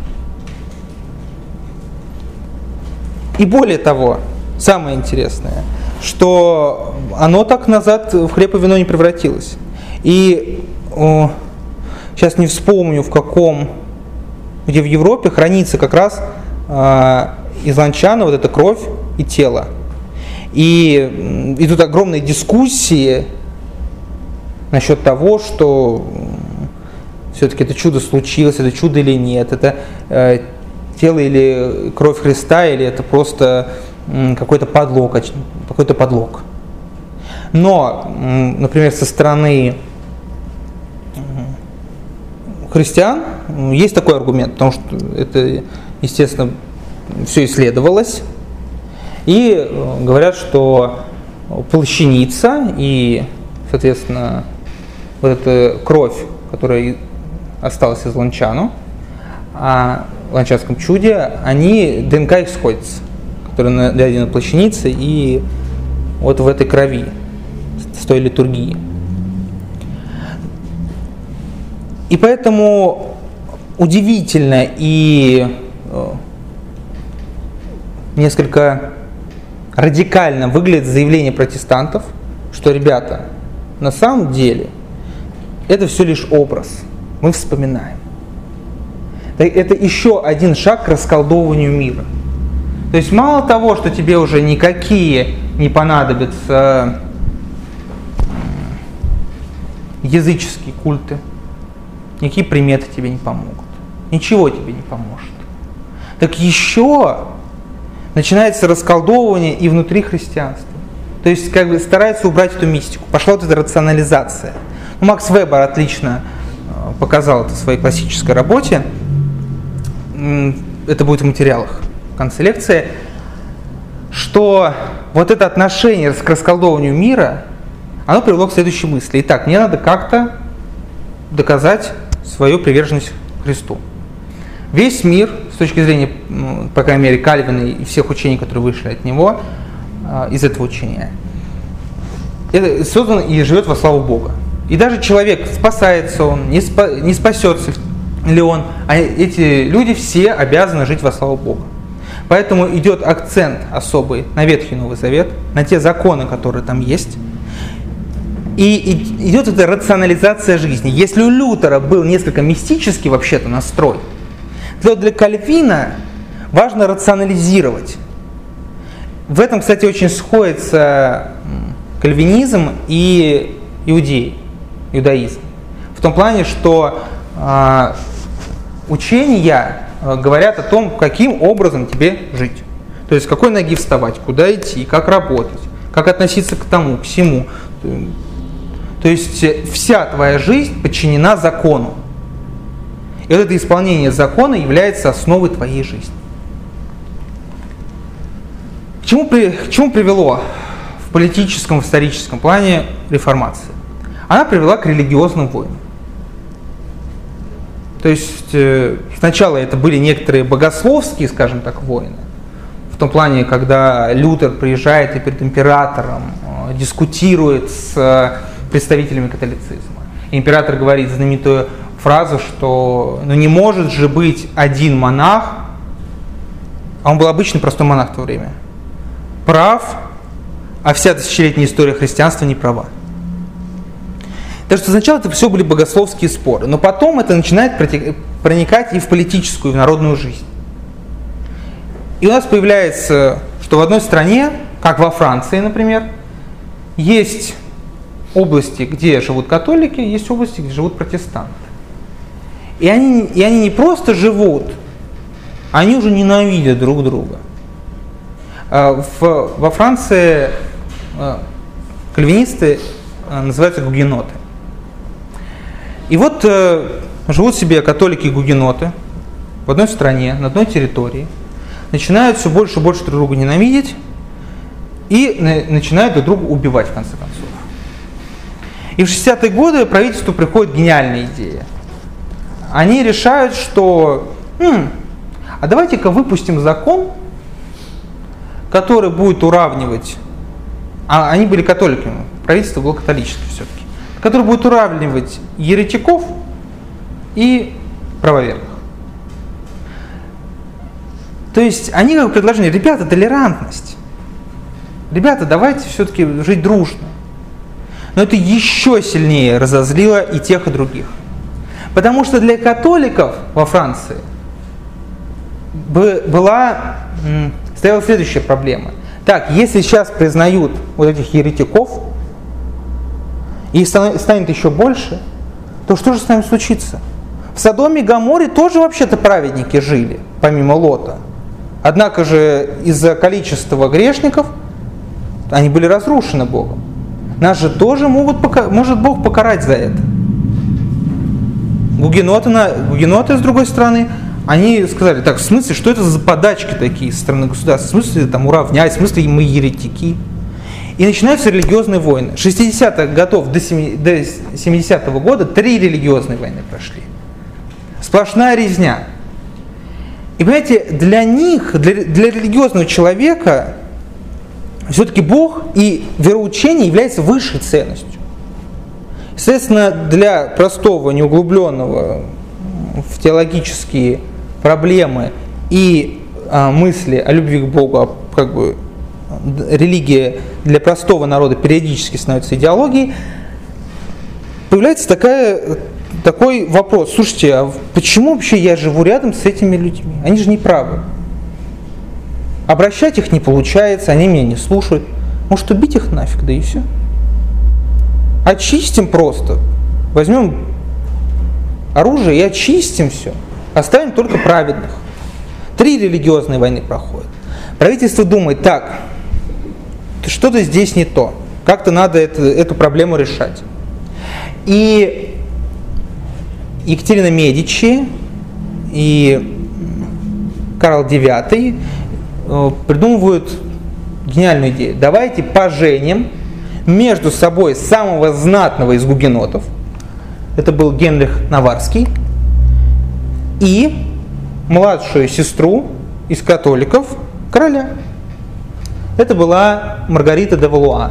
И более того, самое интересное, что оно так назад в хлеб и вино не превратилось. И сейчас не вспомню где в Европе хранится как раз из ланчана вот эта кровь и тело. И идут огромные дискуссии насчет того, что все-таки это чудо случилось, это чудо или нет, это тело или кровь Христа, или это просто какой-то подлог. Но, например, со стороны христиан есть такой аргумент, потому что это, естественно, все исследовалось, и говорят, что плащаница и, соответственно, вот эта кровь, которая осталась из ланчану, а в ланчанском чуде, они, ДНК их сходятся, которые найдены на плащанице и вот в этой крови, с той литургии. И поэтому удивительно и несколько радикально выглядит заявление протестантов, что, ребята, на самом деле это все лишь образ, мы вспоминаем. Это еще один шаг к расколдовыванию мира. То есть мало того, что тебе уже никакие не понадобятся языческие культы, никакие приметы тебе не помогут, ничего тебе не поможет, так еще начинается расколдовывание и внутри христианства. То есть как бы стараются убрать эту мистику. Пошла вот эта рационализация. Макс Вебер отлично показал это в своей классической работе. Это будет в материалах в конце лекции, что вот это отношение к расколдованию мира, оно привело к следующей мысли. Итак, мне надо как-то доказать свою приверженность Христу. Весь мир, с точки зрения, по крайней мере, Кальвина и всех учений, которые вышли от него, из этого учения, создан и живет во славу Бога. И даже человек, спасается он, не спасется ли он, а эти люди все обязаны жить во славу Бога. Поэтому идет акцент особый на Ветхий Новый Завет, на те законы, которые там есть. И идет эта рационализация жизни. Если у Лютера был несколько мистический вообще-то настрой, то для Кальвина важно рационализировать. В этом, кстати, очень сходится кальвинизм и иудеи. иудаизм. В том плане, что учения говорят о том, каким образом тебе жить. То есть с какой ноги вставать, куда идти, как работать, как относиться к тому, к всему. То есть вся твоя жизнь подчинена закону. И вот это исполнение закона является основой твоей жизни. К чему привело в политическом, в историческом плане реформация? Она привела к религиозным войнам. То есть сначала это были некоторые богословские, скажем так, войны. В том плане, когда Лютер приезжает и перед императором дискутирует с представителями католицизма. И император говорит знаменитую фразу, что не может же быть один монах, а он был обычный простой монах в то время, прав, а вся тысячелетняя история христианства не права. Так что сначала это все были богословские споры, но потом это начинает проникать и в политическую, и в народную жизнь. И у нас появляется, что в одной стране, как во Франции, например, есть области, где живут католики, есть области, где живут протестанты. И они не просто живут, они уже ненавидят друг друга. Во Франции кальвинисты называются гугеноты. И вот живут себе католики и гугеноты в одной стране, на одной территории, начинают все больше и больше друг друга ненавидеть и начинают друг друга убивать в конце концов. И в 60-е годы правительству приходит гениальная идея. Они решают, что а давайте-ка выпустим закон, который будет уравнивать, а они были католиками, правительство было католическим все-таки, который будет уравнивать еретиков и правоверных. То есть они как предложение: ребята, толерантность. Ребята, давайте все-таки жить дружно. Но это еще сильнее разозлило и тех, и других. Потому что для католиков во Франции стояла следующая проблема. Так, если сейчас признают вот этих еретиков, и их станет еще больше, то что же с нами случится? В Содоме и Гоморе тоже вообще-то праведники жили, помимо Лота. Однако же из-за количества грешников они были разрушены Богом. Нас же тоже может Бог покарать за это. Гугеноты, с другой стороны, они сказали: так, в смысле, что это за подачки такие со стороны государства? В смысле там уравнять, в смысле мы еретики? И начинаются религиозные войны. С 60-х годов до 70-го года 3 религиозные войны прошли. Сплошная резня. И понимаете, для них, для религиозного человека, все-таки Бог и вероучение является высшей ценностью. Соответственно, для простого, неуглубленного в теологические проблемы и мысли о любви к Богу, как бы религия для простого народа периодически становится идеологией, появляется такой вопрос: слушайте, а почему вообще я живу рядом с этими людьми? Они же не правы. Обращать их не получается, они меня не слушают. Может, убить их нафиг, да и все. Очистим просто. Возьмем оружие и очистим все. Оставим только праведных. 3 религиозные войны проходят. Правительство думает: так, что-то здесь не то. Как-то надо эту проблему решать. И Екатерина Медичи и Карл IX придумывают гениальную идею. Давайте поженим между собой самого знатного из гугенотов, это был Генрих Наварский, и младшую сестру из католиков короля. Это была Маргарита де Валуа.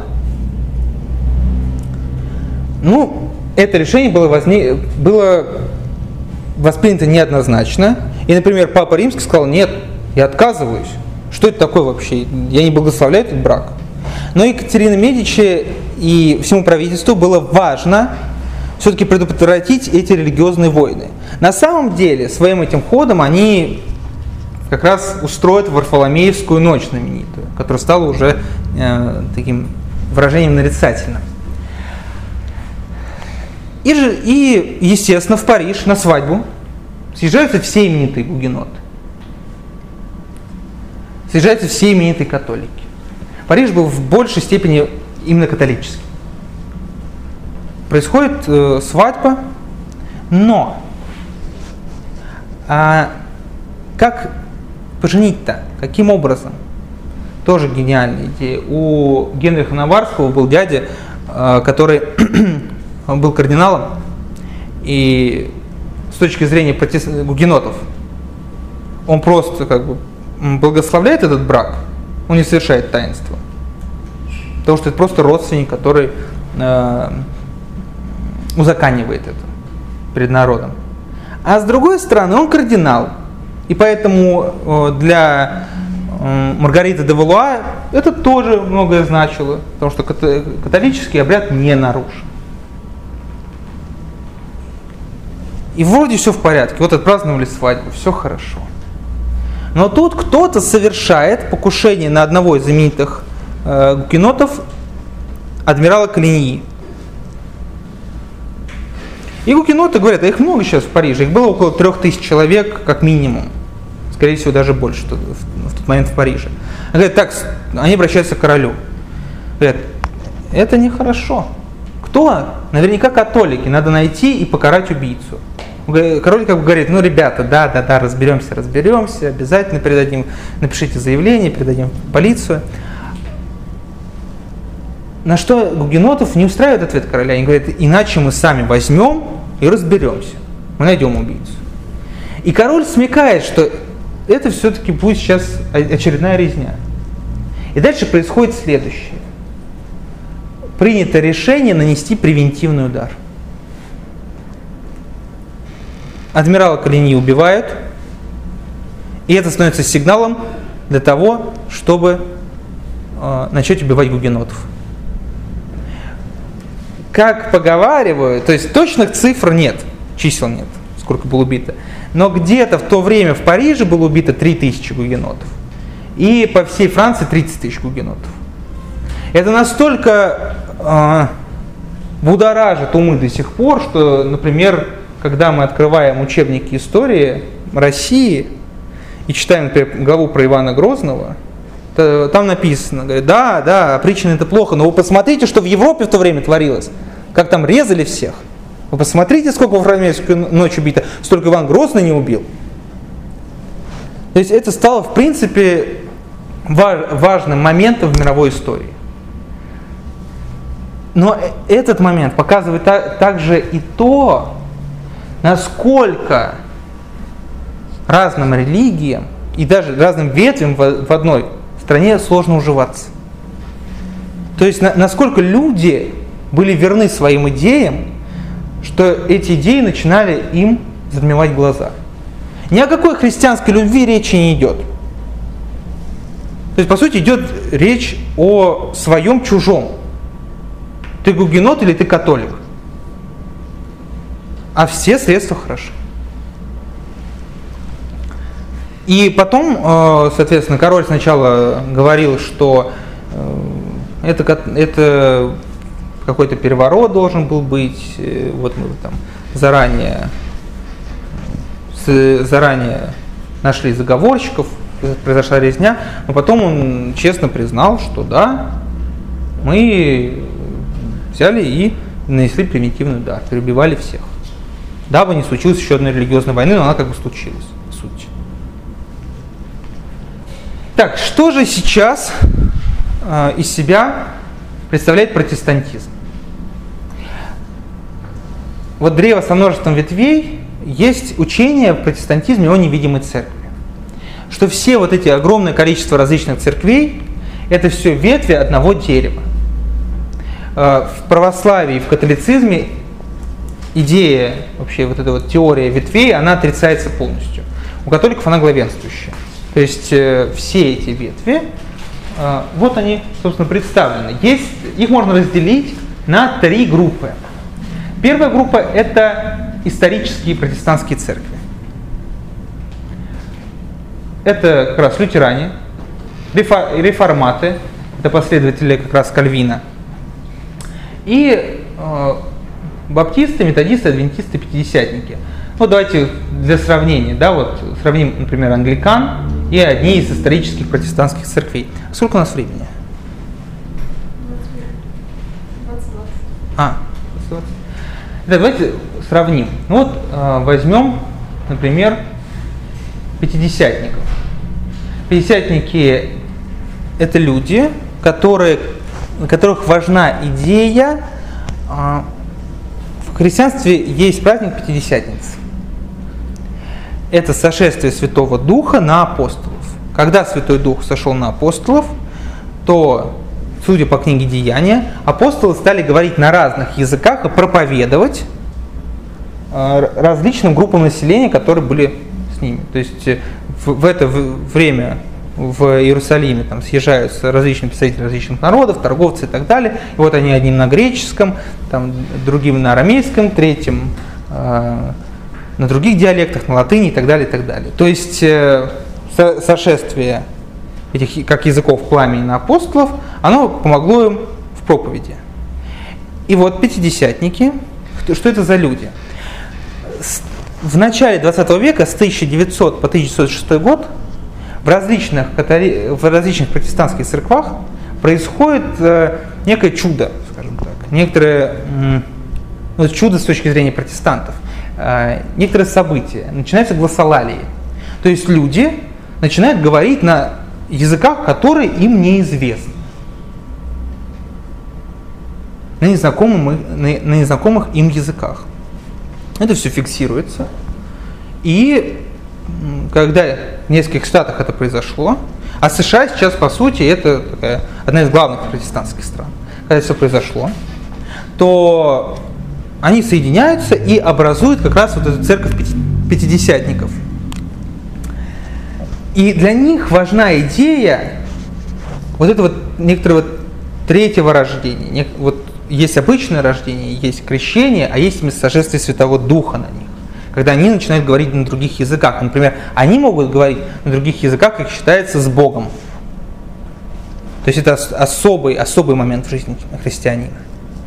Это решение было воспринято неоднозначно. И, например, Папа Римский сказал: нет, я отказываюсь. Что это такое вообще? Я не благословляю этот брак. Но Екатерина Медичи и всему правительству было важно все-таки предотвратить эти религиозные войны. На самом деле, своим этим ходом они как раз устроят Варфоломеевскую ночь знаменитую, которая стала уже таким выражением нарицательным. И, естественно, в Париж на свадьбу съезжаются все именитые гугеноты. Съезжаются все именитые католики. Париж был в большей степени именно католический. Происходит свадьба, но как поженить-то? Каким образом? Тоже гениальная идея. У Генриха Наварского был дядя, который был кардиналом, и с точки зрения гугенотов он просто как бы благословляет этот брак, он не совершает таинство. Потому что это просто родственник, который узаконивает это перед народом. А с другой стороны, он кардинал. И поэтому для Маргариты де Валуа это тоже многое значило, потому что католический обряд не нарушен. И вроде все в порядке, вот отпраздновали свадьбу, все хорошо. Но тут кто-то совершает покушение на одного из знаменитых гугенотов, адмирала Коligny. И гугеноты говорят, а их много сейчас в Париже, их было около 3000 человек как минимум. Скорее всего, даже больше в тот момент в Париже. Они говорят, так, они обращаются к королю. Говорят, это нехорошо. Кто? Наверняка католики, надо найти и покарать убийцу. Король как бы говорит, ну, ребята, да, разберемся, обязательно передадим, напишите заявление, передадим в полицию. На что гугенотов не устраивает ответ короля. Они говорят, иначе мы сами возьмем и разберемся. Мы найдем убийцу. И король смекает, что это все-таки будет сейчас очередная резня. И дальше происходит следующее. Принято решение нанести превентивный удар. Адмирала Коligny убивают, и это становится сигналом для того, чтобы начать убивать гугенотов. Как поговаривают, то есть точных цифр нет, чисел нет, сколько было убито, но где-то в то время в Париже было убито 3000 гугенотов, и по всей Франции 30 000 гугенотов. Это настолько будоражит умы до сих пор, что, например, когда мы открываем учебники истории России и читаем, например, главу про Ивана Грозного, там написано, говорит, да, опричнины это плохо, но вы посмотрите, что в Европе в то время творилось, как там резали всех. Вы посмотрите, сколько в Армейскую ночь убито, столько Иван Грозный не убил. То есть это стало, в принципе, важным моментом в мировой истории. Но этот момент показывает также и то, насколько разным религиям и даже разным ветвям в одной стране сложно уживаться. То есть насколько люди были верны своим идеям, что эти идеи начинали им затмевать глаза. Ни о какой христианской любви речи не идет. То есть, по сути, идет речь о своем чужом. Ты гугенот или ты католик? А все средства хороши. И потом, соответственно, король сначала говорил, что это какой-то переворот должен был быть, вот мы там заранее нашли заговорщиков, произошла резня, но потом он честно признал, что да, мы взяли и нанесли превентивный удар, перебивали всех. Дабы не случилось еще одной религиозной войны, но она как бы случилась, по сути. Так, что же сейчас из себя представляет протестантизм? Вот древо со множеством ветвей, есть учение в протестантизме о невидимой церкви. Что все вот эти огромное количество различных церквей, это все ветви одного дерева. В православии и в католицизме идея, вообще вот эта вот теория ветвей, она отрицается полностью. У католиков она главенствующая. То есть все эти ветви, вот они, собственно, представлены. Их можно разделить на 3 группы. Первая группа – это исторические протестантские церкви. Это как раз лютеране, реформаты, это последователи как раз Кальвина. И баптисты, методисты, адвентисты, пятидесятники. Ну, давайте для сравнения, да, вот сравним, например, англикан и одни из исторических протестантских церквей. Сколько у нас времени? 20. Да, давайте сравним. Ну, вот возьмем, например, пятидесятников. Пятидесятники – это люди, у которых важна идея. В христианстве есть праздник Пятидесятницы. Это сошествие Святого Духа на апостолов. Когда Святой Дух сошел на апостолов, то, судя по книге Деяния, апостолы стали говорить на разных языках и проповедовать различным группам населения, которые были с ними. То есть в это время в Иерусалиме там съезжаются различные представители различных народов, торговцы и так далее. И вот они одним на греческом, там, другим на арамейском, третьим на других диалектах, на латыни и так далее, и так далее. То есть сошествие этих как языков пламени на апостолов, оно помогло им в проповеди. И вот пятидесятники, что это за люди? В начале 20 века, с 1900 по 1906 год, в различных протестантских церквах происходит некое чудо, скажем так, некоторое чудо с точки зрения протестантов, некоторые события, начинаются глоссолалии. То есть люди начинают говорить на языках, которые им неизвестны, на незнакомых им языках. Это все фиксируется. И когда в нескольких штатах это произошло, а США сейчас, по сути, это такая, одна из главных протестантских стран, когда это все произошло, то они соединяются и образуют как раз вот эту церковь пятидесятников. И для них важна идея вот этого некоторого третьего рождения. Вот есть обычное рождение, есть крещение, а есть сошествие Святого Духа на них. Когда они начинают говорить на других языках. Например, они могут говорить на других языках, как считается, с Богом. То есть это особый момент в жизни христианина.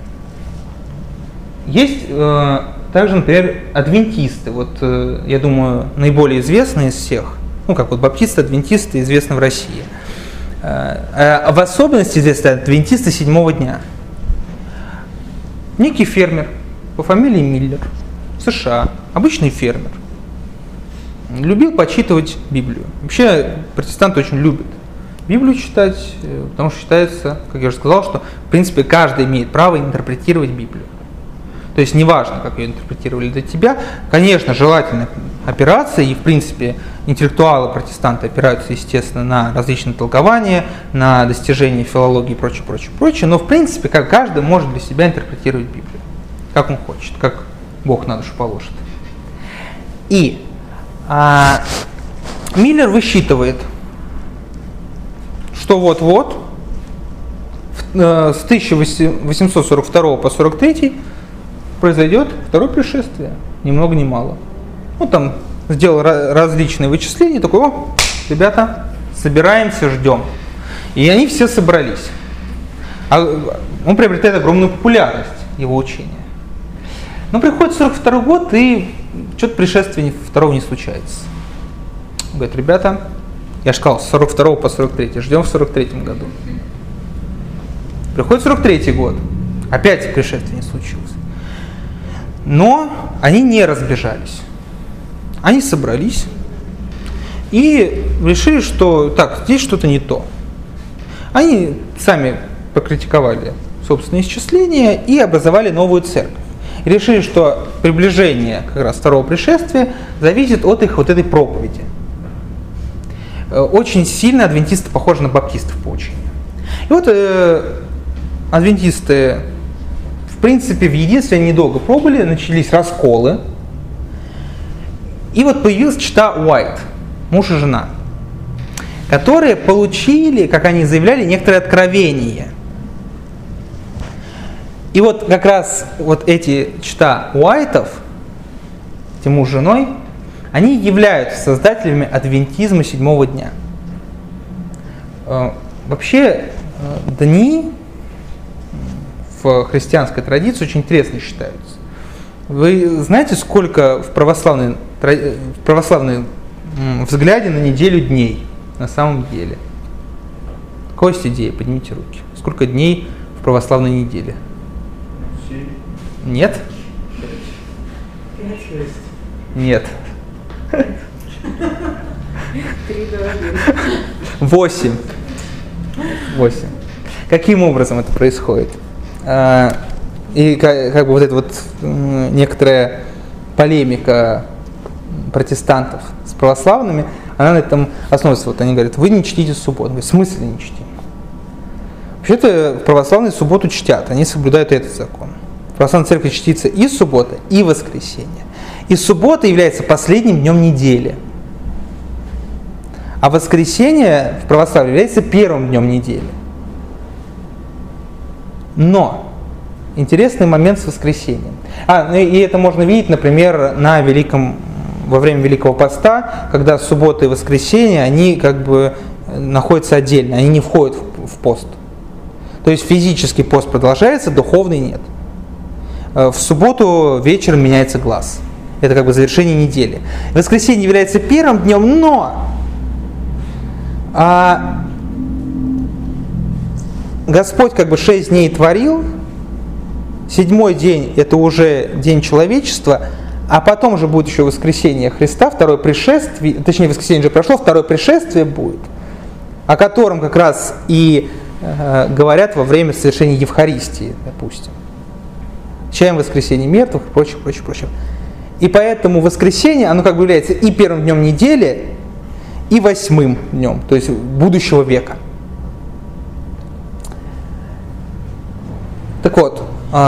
Есть также, например, адвентисты. Вот, я думаю, наиболее известные из всех. Ну, как вот баптисты, адвентисты известны в России. В особенности известны адвентисты седьмого дня. Некий фермер по фамилии Миллер, США, обычный фермер, любил почитывать Библию. Вообще протестанты очень любят Библию читать, потому что считается, как я уже сказал, что в принципе каждый имеет право интерпретировать Библию. То есть неважно, как ее интерпретировали для тебя, конечно, желательно опираться, и в принципе интеллектуалы, протестанты опираются, естественно, на различные толкования, на достижения филологии и прочее, но в принципе как каждый может для себя интерпретировать Библию, как он хочет, как Бог на душу положит. И Миллер высчитывает, что вот-вот с 1842 по 43 произойдет второе пришествие, ни много ни мало. Ну, там сделал различные вычисления, такой: о, ребята, собираемся, ждем. И они все собрались. Он приобретает огромную популярность, его учения. Но приходит 42 год, и что-то пришествия второго не случается. Он говорит: ребята, я же сказал, с 42 по 43, ждем в 43 году. Приходит 43 год, опять пришествие не случилось. Но они не разбежались. Они собрались и решили, что так, здесь что-то не то. Они сами покритиковали собственные исчисления и образовали новую церковь. И решили, что приближение как раз второго пришествия зависит от их вот этой проповеди. Очень сильно адвентисты похожи на баптистов по учению. И вот адвентисты, в принципе, в единстве недолго пробовали, начались расколы. И вот появилась чета Уайт, муж и жена, которые получили, как они заявляли, некоторые откровения. И вот как раз вот эти чета Уайтов, эти муж с женой, они являются создателями адвентизма седьмого дня. Вообще, дни в христианской традиции очень интересно считаются. Вы знаете, сколько в православном взгляде на неделю дней на самом деле? У кого есть идея? Поднимите руки. Сколько дней в православной неделе? 7. Нет? 5. Нет. 3 до 8. Каким образом это происходит? И как бы вот эта вот некоторая полемика протестантов с православными, она на этом основывается. Вот они говорят, вы не чтите субботу. В смысле не чтим? Вообще-то православные субботу чтят, они соблюдают этот закон. В православной церкви чтится и суббота, и воскресенье. И суббота является последним днем недели. А воскресенье в православии является первым днем недели. Но интересный момент с воскресеньем. И это можно видеть, например, во время Великого Поста, когда суббота и воскресенье, они как бы находятся отдельно, они не входят в пост. То есть физический пост продолжается, духовный нет. В субботу вечером меняется глаз. Это как бы завершение недели. Воскресенье является первым днем, но Господь как бы 6 дней творил, 7-й день это уже день человечества, а потом же будет еще воскресение Христа, второе пришествие, точнее воскресенье уже прошло, второе пришествие будет, о котором как раз и говорят во время совершения Евхаристии, допустим. Чаем воскресение мертвых и прочее, прочее, прочее. И поэтому воскресенье, оно как бы является и первым днем недели, и 8-м днем, то есть будущего века. Так вот,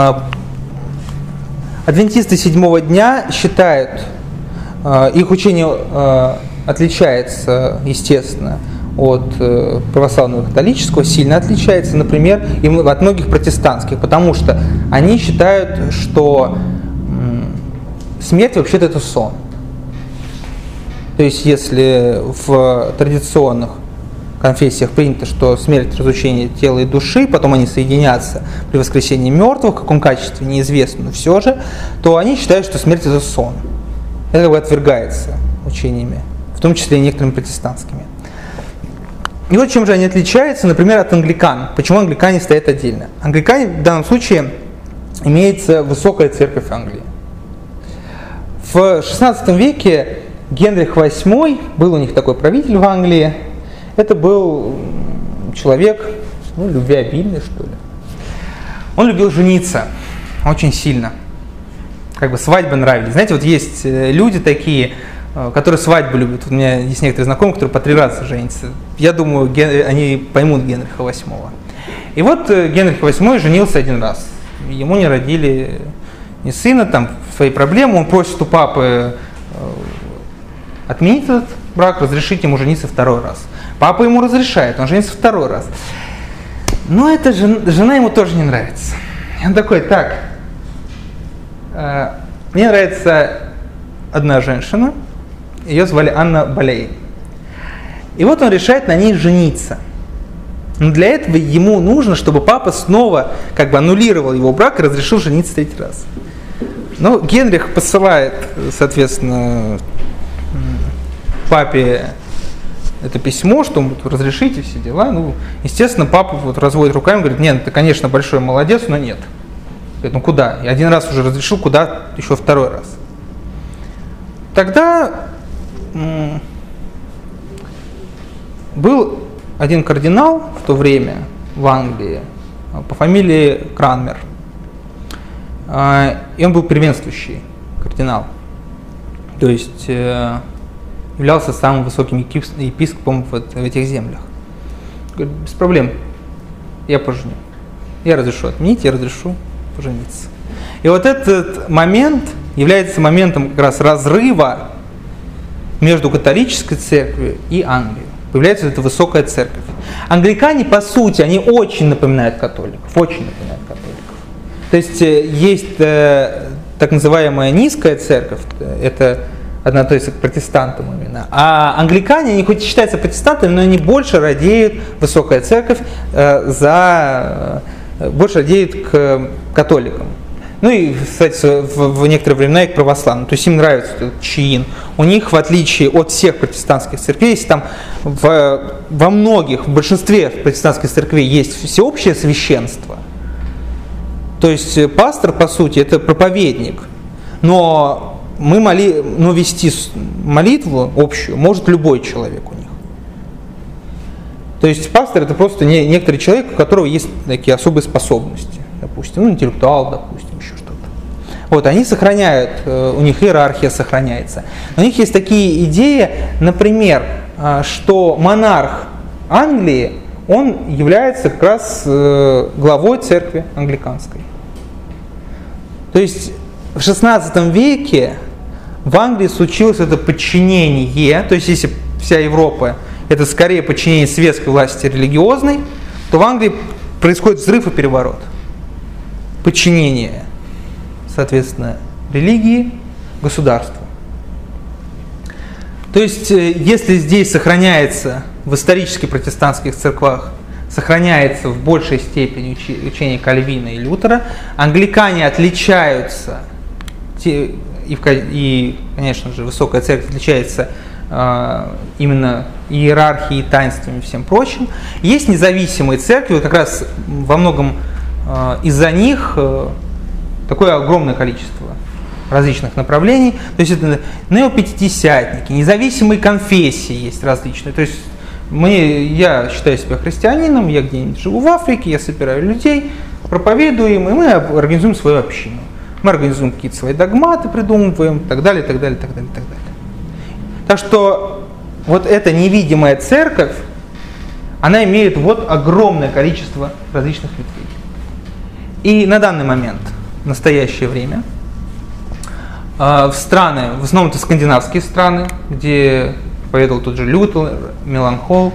адвентисты 7-го дня считают, их учение отличается, естественно, от православного и католического, сильно отличается, например, от многих протестантских, потому что они считают, что смерть вообще-то это сон. То есть, если в традиционных конфессиях принято, что смерть – разлучение тела и души, потом они соединятся при воскресении мертвых, в каком качестве неизвестно, но все же, то они считают, что смерть – это сон. Это как бы отвергается учениями, в том числе и некоторыми протестантскими. И вот чем же они отличаются, например, от англикан. Почему англикане стоят отдельно? Англикане в данном случае имеется высокая церковь Англии. В XVI веке Генрих VIII, был у них такой правитель в Англии, это был человек, любвеобильный, что ли. Он любил жениться очень сильно. Как бы свадьбы нравились. Знаете, вот есть люди такие, которые свадьбу любят. У меня есть некоторые знакомые, которые по 3 раза женятся. Я думаю, они поймут Генриха VIII. И вот Генрих VIII женился 1 раз. Ему не родили ни сына, там свои проблемы. Он просит у папы отменить этот брак, разрешить ему жениться 2-й раз. Папа ему разрешает, он женится 2-й раз. Но эта жена ему тоже не нравится. И он такой, так, мне нравится одна женщина, ее звали Анна Болейн. И вот он решает на ней жениться. Но для этого ему нужно, чтобы папа снова как бы аннулировал его брак и разрешил жениться 3-й раз. Но Генрих посылает, соответственно, папе это письмо, что разрешите все дела. Естественно, папа разводит руками, говорит, нет, ты, конечно, большой молодец, но нет. Говорит, куда? Я 1 раз уже разрешил, куда еще 2-й раз? Тогда был один кардинал в то время в Англии по фамилии Кранмер. И он был первенствующий кардинал. То есть являлся самым высоким епископом в этих землях. Говорит, без проблем, я поженю. Я разрешу отменить, я разрешу пожениться. И вот этот момент является моментом как раз разрыва между католической церковью и Англией. Появляется эта высокая церковь. Англикане, по сути, они очень напоминают католиков, очень напоминают католиков. То есть так называемая низкая церковь, это одна относится к протестантам именно. А англикане, они хоть и считаются протестантами, но они больше радеют, высокая церковь, больше радеют к католикам. Ну и, кстати, в некоторые времена и к православным. То есть им нравится этот чин. У них, в отличие от всех протестантских церквей, если там во многих, в большинстве протестантских церквей есть всеобщее священство, то есть пастор, по сути, это проповедник, но вести молитву общую может любой человек у них. То есть пастор это просто некоторый человек, у которого есть такие особые способности, допустим, интеллектуал, допустим, еще что-то. Вот, они сохраняют, у них иерархия сохраняется. У них есть такие идеи, например, что монарх Англии, он является как раз главой церкви англиканской. То есть в XVI веке в Англии случилось это подчинение, то есть если вся Европа это скорее подчинение светской власти религиозной, то в Англии происходит взрыв и переворот. Подчинение, соответственно, религии государству. То есть, если здесь сохраняется в исторических протестантских церквах, сохраняется в большей степени учение Кальвина и Лютера, англикане отличаются, и, конечно же, высокая церковь отличается именно иерархией, таинствами и всем прочим. Есть независимые церкви, как раз во многом из-за них такое огромное количество различных направлений. То есть это неопятидесятники, независимые конфессии есть различные. То есть я считаю себя христианином, я где-нибудь живу в Африке, я собираю людей, проповедую им, и мы организуем свою общину. Мы организуем какие-то свои догматы, придумываем, и так далее, и так далее, и так далее, и так далее. Так что вот эта невидимая церковь, она имеет вот огромное количество различных ветвей. И на данный момент, в настоящее время, в страны, в основном это скандинавские страны, где поведал тот же Лютер, Меланхтон,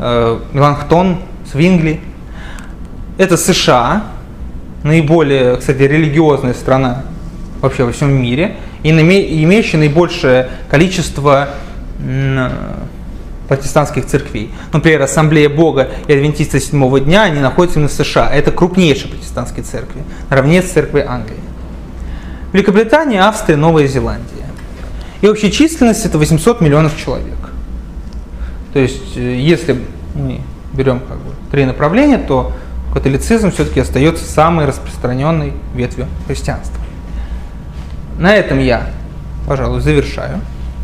Свингли, это США, наиболее, кстати, религиозная страна вообще во всем мире, и имеющая наибольшее количество протестантских церквей. Например, Ассамблея Бога и Адвентисты седьмого дня, они находятся именно в США. Это крупнейшие протестантские церкви, наравне с церковью Англии. Великобритания, Австрия, Новая Зеландия. И общая численность это 800 миллионов человек. То есть, если мы берем три направления, то католицизм все-таки остается самой распространенной ветвью христианства. На этом я, пожалуй, завершаю.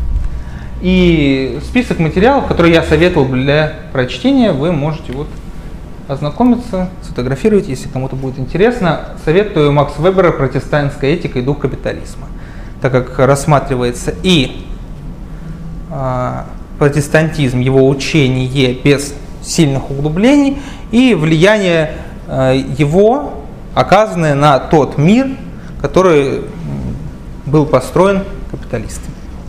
И список материалов, которые я советовал для прочтения, вы можете ознакомиться, сфотографировать, если кому-то будет интересно. Советую Макса Вебера «Протестантская этика и дух капитализма», так как рассматривается и протестантизм, его учение без сильных углублений, и влияние его, оказанное на тот мир, который был построен капиталистами.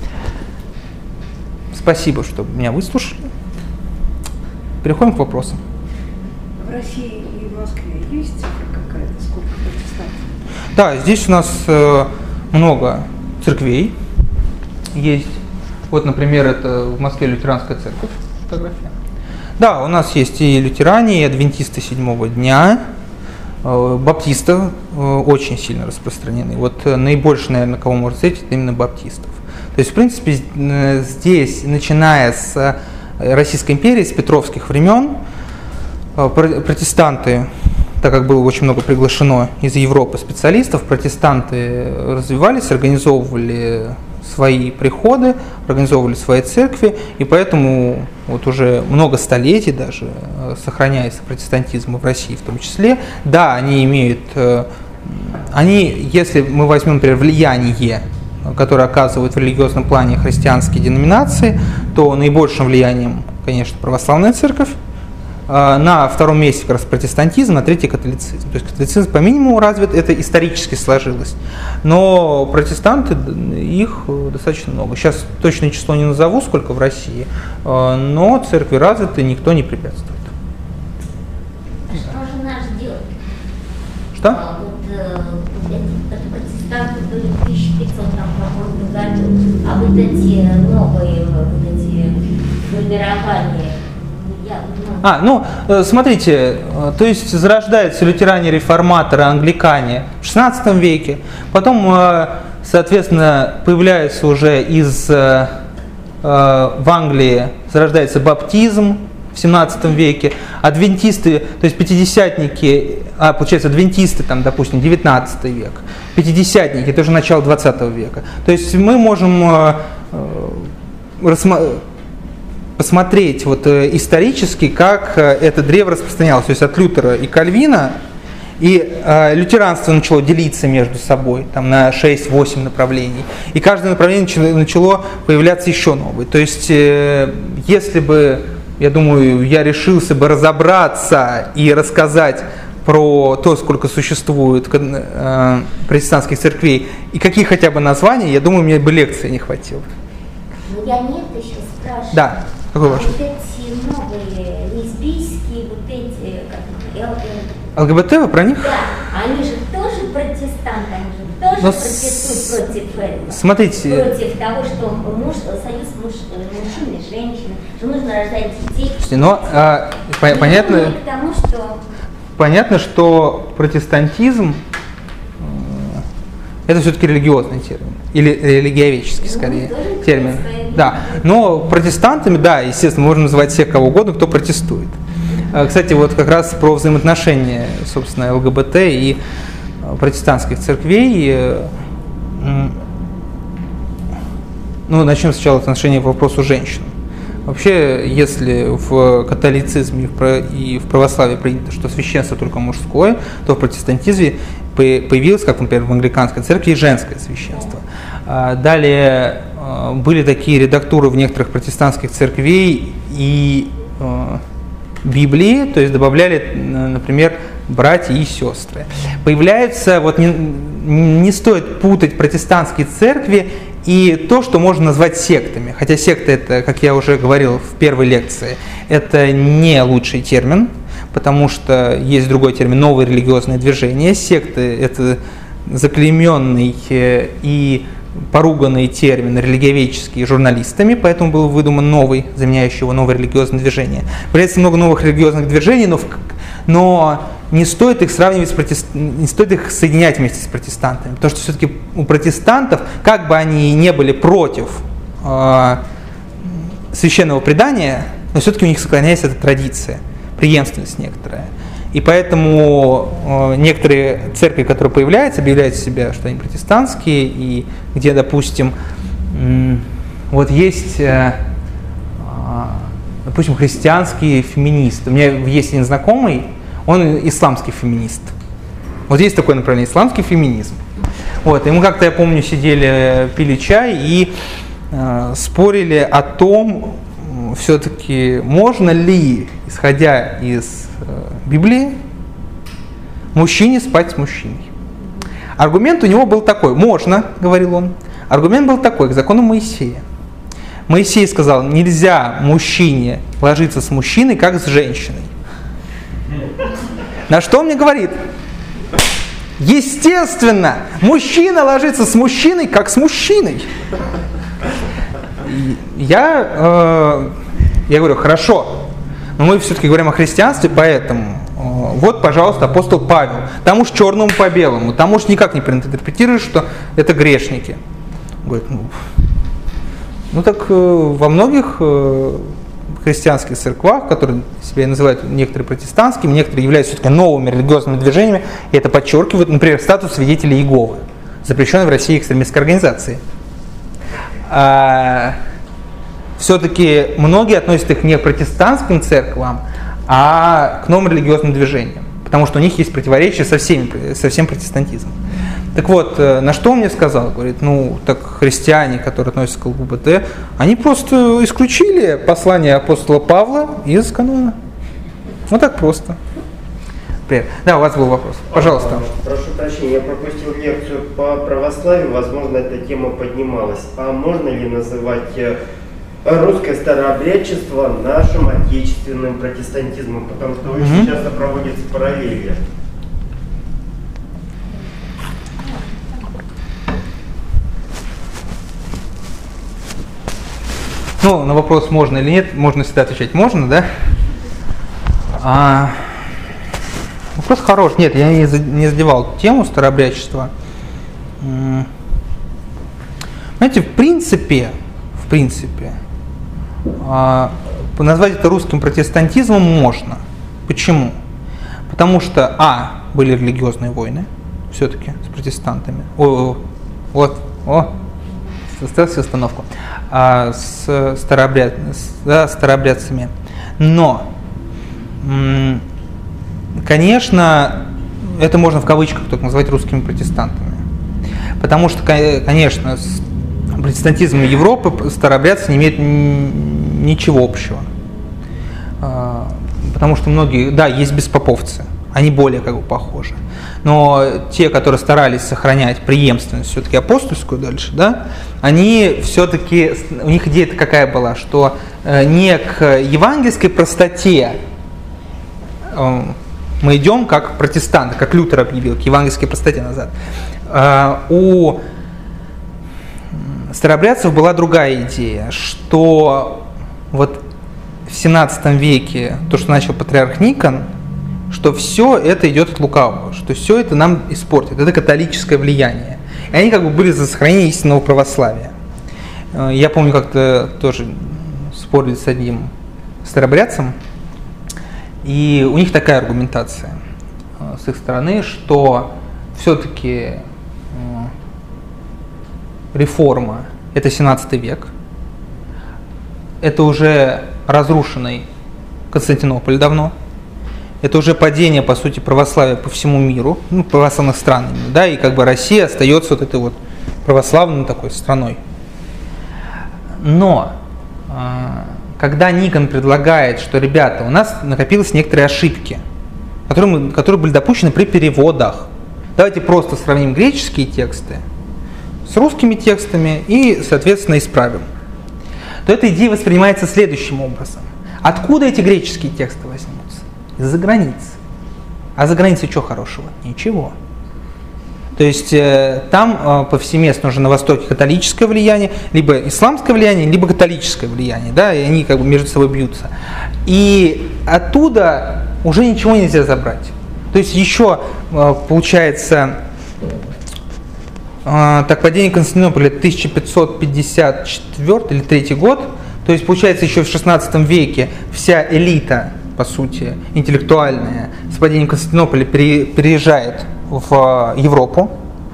Спасибо, что меня выслушали. Переходим к вопросам. В России и в Москве есть цифра какая-то, сколько протестантов? Да, здесь у нас много церквей есть. Вот, например, это в Москве лютеранская церковь, фотография. Да, у нас есть и лютеране, и адвентисты седьмого дня, баптисты очень сильно распространены. Вот наибольше, наверное, кого можно встретить, это именно баптистов. То есть, в принципе, здесь, начиная с Российской империи, с петровских времен, протестанты, так как было очень много приглашено из Европы специалистов, протестанты развивались, организовывали свои приходы, организовывали свои церкви, и поэтому вот уже много столетий даже сохраняется протестантизм в России в том числе. Да, они имеют, если мы возьмем, например, влияние, которое оказывают в религиозном плане христианские деноминации, то наибольшим влиянием, конечно, православная церковь, на втором месте как раз протестантизм, на третьем католицизм. То есть католицизм по минимуму развит, это исторически сложилось. Но протестанты, их достаточно много. Сейчас точное число не назову, сколько в России, но церкви развиты, никто не препятствует. А что же наш делать? Что? Протестанты были в 1500 году, а вот эти новые формирования Смотрите, то есть зарождаются лютеране-реформаторы, англикане в XVI веке, потом, соответственно, появляется уже в Англии зарождается баптизм в 17 веке, адвентисты, то есть пятидесятники, получается, адвентисты, там, допустим, 19 век, пятидесятники, это уже начало 20 века. То есть мы можем посмотреть вот исторически, как это древо распространялось, то есть от Лютера и Кальвина, и лютеранство начало делиться между собой там, на 6-8 направлений, и каждое направление начало появляться еще новое. То есть если бы, я думаю, я решился бы разобраться и рассказать про то, сколько существует протестантских церквей, и какие хотя бы названия, я думаю, мне бы лекции не хватило. Ну я нет еще спрашиваю. Да. Какой ваш? Вот эти новые лесбийские, вот эти, как ЛГБТ, вы про них? Да, они же тоже протестанты, они же тоже протестуют против этого. Смотрите. Против того, что союз мужчины и женщины, что нужно рождать детей. Слушайте, но понятно, к тому, что... понятно, что протестантизм это все-таки религиозный термин, или религиоведческий, скорее, термин. Да, но протестантами, да, естественно, можно называть всех кого угодно, кто протестует. Кстати, вот как раз про взаимоотношения, собственно, ЛГБТ и протестантских церквей. Начнем сначала с отношения к вопросу женщин. Вообще, если в католицизме и в православии принято, что священство только мужское, то в протестантизме появилось, как, например, в англиканской церкви, и женское священство. Далее были такие редактуры в некоторых протестантских церквей и Библии, то есть добавляли, например, братья и сестры. Появляются, вот не стоит путать протестантские церкви и то, что можно назвать сектами. Хотя секта, это, как я уже говорил в первой лекции, это не лучший термин, потому что есть другой термин – новое религиозное движение. Секты – это заклейменный и поруганный термин религиоведческий журналистами, поэтому был выдуман новый, заменяющий его новое религиозное движение. Появляется много новых религиозных движений, но не стоит их сравнивать не стоит их соединять вместе с протестантами, потому что все-таки у протестантов, как бы они не были против священного предания, но все-таки у них сохраняется эта традиция, преемственность некоторая. И поэтому некоторые церкви, которые появляются, объявляют себя, что они протестантские, и где, допустим, вот есть, допустим, христианские феминисты. У меня есть один знакомый, он исламский феминист. Вот есть такое направление, исламский феминизм. Вот, и мы как-то, я помню, сидели, пили чай и спорили о том, все-таки можно ли, исходя из Библии, мужчине спать с мужчиной. Аргумент у него был такой, можно, говорил он, аргумент был такой, к закону Моисея. Моисей сказал, нельзя мужчине ложиться с мужчиной, как с женщиной. На что он мне говорит? Естественно, мужчина ложится с мужчиной, как с мужчиной. Я говорю, хорошо, но мы все-таки говорим о христианстве, поэтому вот, пожалуйста, апостол Павел. Там уж черному по белому, там уж никак не интерпретируешь, что это грешники. Говорит, так во многих христианских церквах, которые себя называют некоторые протестантскими, некоторые являются все-таки новыми религиозными движениями, и это подчеркивает, например, статус свидетелей Иеговы, запрещенной в России экстремистской организации. Все-таки многие относят их не к протестантским церквам, а к новым религиозным движениям, потому что у них есть противоречие со всем протестантизмом. Так вот, на что он мне сказал? Говорит, так христиане, которые относятся к ЛГБТ, они просто исключили послание апостола Павла из канона. Вот так просто. Привет. Да, у вас был вопрос. Пожалуйста. Прошу прощения, я пропустил лекцию по православию, возможно, эта тема поднималась. А можно ли называть русское старообрядчество нашим отечественным протестантизмом, потому что очень часто проводятся параллели? На вопрос можно или нет, можно всегда отвечать можно, да? Вопрос хороший. Нет, я не задевал тему старообрядчества. Знаете, в принципе, назвать это русским протестантизмом можно. Почему? Потому что, были религиозные войны, все-таки, с протестантами. Ставьте установку. С старообрядцами. Но, конечно, это можно в кавычках только назвать русскими протестантами. Потому что, конечно, с протестантизмом Европы старообрядцы не имеют ничего общего. Потому что многие, да, есть беспоповцы, они более как бы похожи. Но те, которые старались сохранять преемственность все-таки апостольскую дальше, да, они все-таки, у них идея-то какая была, что не к евангельской простоте мы идем как протестанты, как Лютер объявил, к евангельской простоте назад. У старообрядцев была другая идея, что вот в 17 веке, то, что начал патриарх Никон, что все это идет от лукавого, что все это нам испортит, это католическое влияние. И они как бы были за сохранение истинного православия. Я помню, как-то тоже спорили с одним старообрядцем, и у них такая аргументация с их стороны, что все-таки реформа – это 17 век, это уже разрушенный Константинополь давно, это уже падение, по сути, православия по всему миру, православных стран, да, и как бы Россия остается вот этой вот православной такой страной. Но когда Никон предлагает, что, ребята, у нас накопились некоторые ошибки, которые были допущены при переводах, давайте просто сравним греческие тексты с русскими текстами и, соответственно, исправим, то эта идея воспринимается следующим образом. Откуда эти греческие тексты возьмутся? Из-за границы. А за границей что хорошего? Ничего. То есть там повсеместно уже на Востоке католическое влияние, либо исламское влияние, либо католическое влияние, да, и они как бы между собой бьются. И оттуда уже ничего нельзя забрать. То есть еще получается, так, падение Константинополя 1554 или 3 год, то есть получается еще в 16 веке вся элита, по сути, интеллектуальная, с падением Константинополя переезжает в Европу.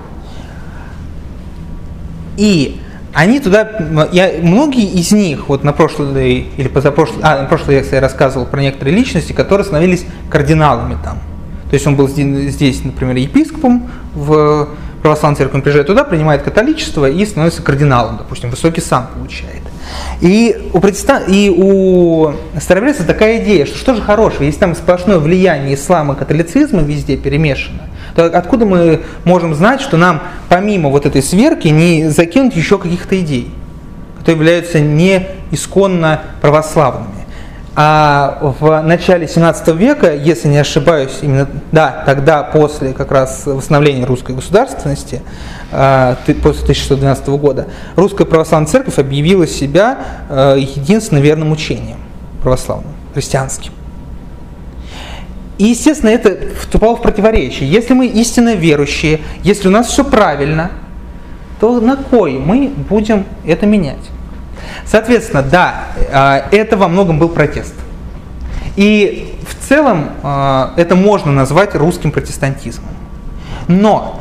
И они туда, многие из них, вот на прошлой или позапрошлой, на прошлой лекции я рассказывал про некоторые личности, которые становились кардиналами там. То есть он был здесь, например, епископом в православной церкви, он приезжает туда, принимает католичество и становится кардиналом, допустим, высокий сан получает. И у старообрядцев такая идея, что же хорошего, если там сплошное влияние ислама и католицизма везде перемешано, то откуда мы можем знать, что нам помимо вот этой сверки не закинуть еще каких-то идей, которые являются не исконно православными. А в начале 17 века, если не ошибаюсь, именно тогда, после как раз восстановления русской государственности, после 1612 года, Русская Православная Церковь объявила себя единственным верным учением православным, христианским. И, естественно, это вступало в противоречие. Если мы истинно верующие, если у нас все правильно, то на кой мы будем это менять? Соответственно, это во многом был протест. И в целом это можно назвать русским протестантизмом. Но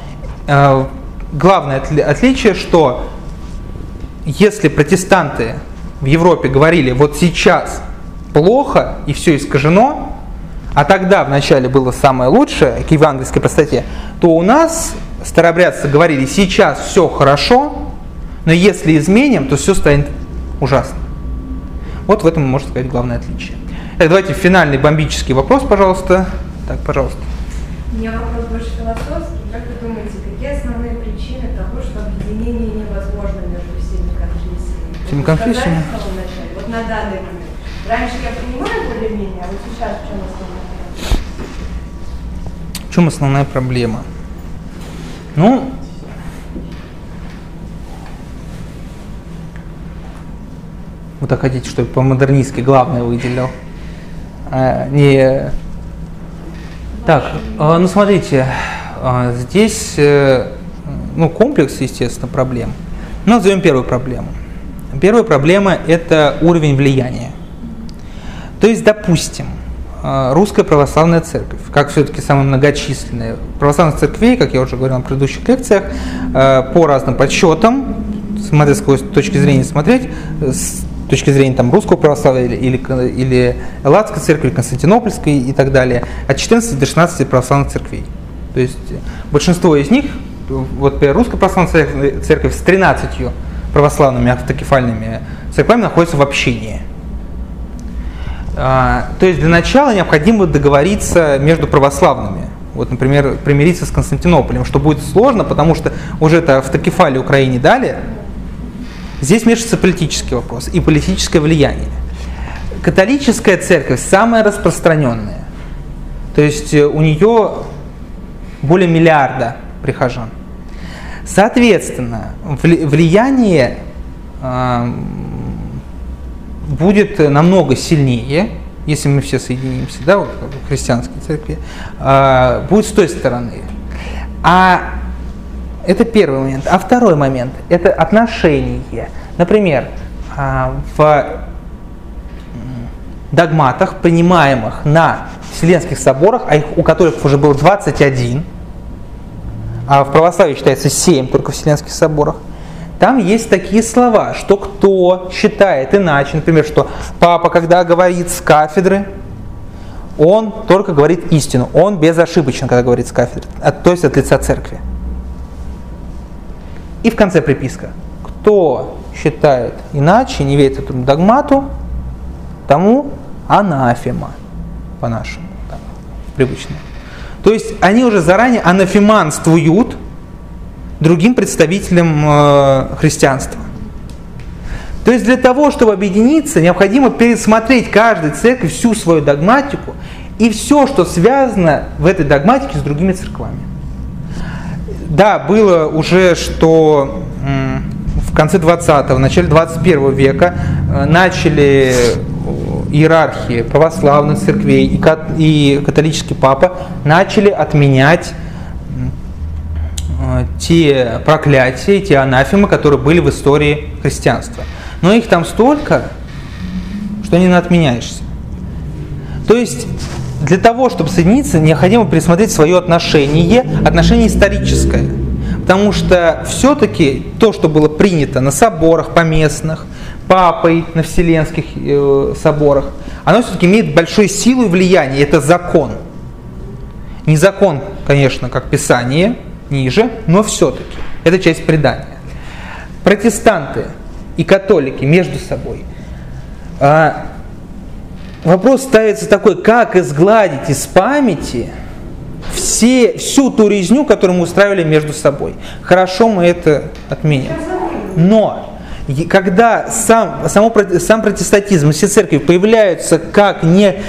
главное отличие, что если протестанты в Европе говорили, вот сейчас плохо и все искажено, а тогда вначале было самое лучшее, к евангельской простоте, то у нас старообрядцы говорили, сейчас все хорошо, но если изменим, то все станет ужасно. Вот в этом, можно сказать, главное отличие. Так, давайте финальный бомбический вопрос, пожалуйста. Так, пожалуйста. У меня вопрос больше философский. Как вы думаете, какие основные причины того, что объединение невозможно между всеми конфессиями? Всеми конфессиями? Вот на данный момент. Раньше я понимаю более-менее, а вот сейчас в чем основная проблема? В чем основная проблема? Ну, вы так хотите, чтобы по-модернистски главное выделил? Так, ну смотрите, здесь комплекс, естественно, проблем. Но назовем первую проблему. Первая проблема – это уровень влияния. То есть, допустим, Русская Православная Церковь, как все-таки самая многочисленная православных церквей, как я уже говорил на предыдущих лекциях, по разным подсчетам, смотря с какой точки зрения смотреть, с точки зрения там, русского православия или Элладской церкви, или Константинопольской и так далее, от 14 до 16 православных церквей. То есть большинство из них, вот например, Русская Православная Церковь с 13 православными автокефальными церквами находится в общении. То есть для начала необходимо договориться между православными. Вот, например, примириться с Константинополем, что будет сложно, потому что уже это автокефалию Украине дали. Здесь вмешивается политический вопрос и политическое влияние. Католическая церковь самая распространенная. То есть у нее более миллиарда прихожан. Соответственно, влияние будет намного сильнее, если мы все соединимся, да, вот, в христианской церкви, будет с той стороны. Это первый момент. А второй момент – это отношение. Например, в догматах, принимаемых на Вселенских соборах, у которых уже было 21, а в православии считается 7 только в Вселенских соборах, там есть такие слова, что кто считает иначе, например, что папа, когда говорит с кафедры, он только говорит истину, он безошибочен, когда говорит с кафедры, то есть от лица церкви. И в конце приписка. Кто считает иначе, не верит этому догмату, тому анафема, по-нашему, так, привычно. То есть они уже заранее анафеманствуют другим представителям христианства. То есть для того, чтобы объединиться, необходимо пересмотреть каждой церкви всю свою догматику и все, что связано в этой догматике с другими церквами. Да, было уже, что в конце 20-го, в начале 21 века начали иерархии православных церквей и католический папа начали отменять те проклятия, те анафемы, которые были в истории христианства. Но их там столько, что не отменяешься. То есть для того, чтобы соединиться, необходимо пересмотреть свое отношение историческое. Потому что все-таки то, что было принято на соборах поместных, папой на вселенских соборах, оно все-таки имеет большую силу и влияние. Это закон. Не закон, конечно, как Писание, ниже, но все-таки. Это часть предания. Протестанты и католики между собой. Вопрос ставится такой, как изгладить из памяти всю ту резню, которую мы устраивали между собой. Хорошо, мы это отменим. Но когда сам протестантизм, все церкви появляются как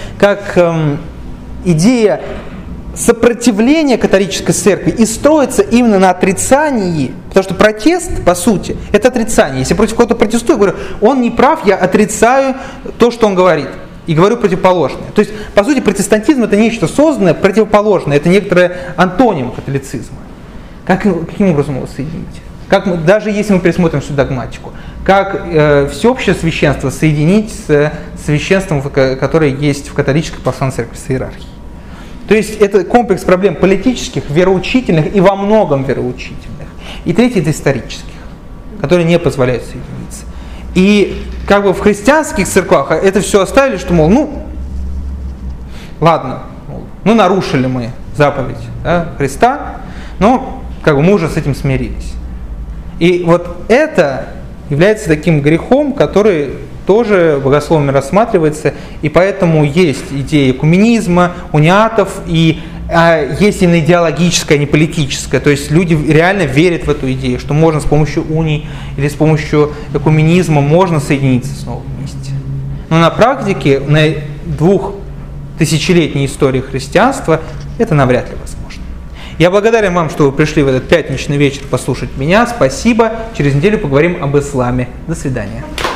идея сопротивления католической церкви и строится именно на отрицании, потому что протест, по сути, это отрицание. Если против кого-то протестую, я говорю, он не прав, я отрицаю то, что он говорит. И говорю противоположное. То есть, по сути, протестантизм это нечто созданное, противоположное, это некоторое антоним католицизма. Каким образом его соединить? Даже если мы пересмотрим всю догматику, как всеобщее священство соединить с священством, которое есть в католической православной церкви, с иерархией. То есть это комплекс проблем политических, вероучительных и во многом вероучительных. И третий это исторических, которые не позволяют соединиться. И как бы в христианских церквах это все оставили, что, мол, ладно, нарушили мы заповедь Христа, но как бы мы уже с этим смирились. И вот это является таким грехом, который тоже богословами рассматривается, и поэтому есть идея экуменизма, униатов, и есть именно идеологическая, а не политическая. То есть люди реально верят в эту идею, что можно с помощью уний или с помощью экуменизма можно соединиться снова вместе. Но на практике, на 2000-летней истории христианства, это навряд ли возможно. Я благодарен вам, что вы пришли в этот пятничный вечер послушать меня. Спасибо. Через неделю поговорим об исламе. До свидания.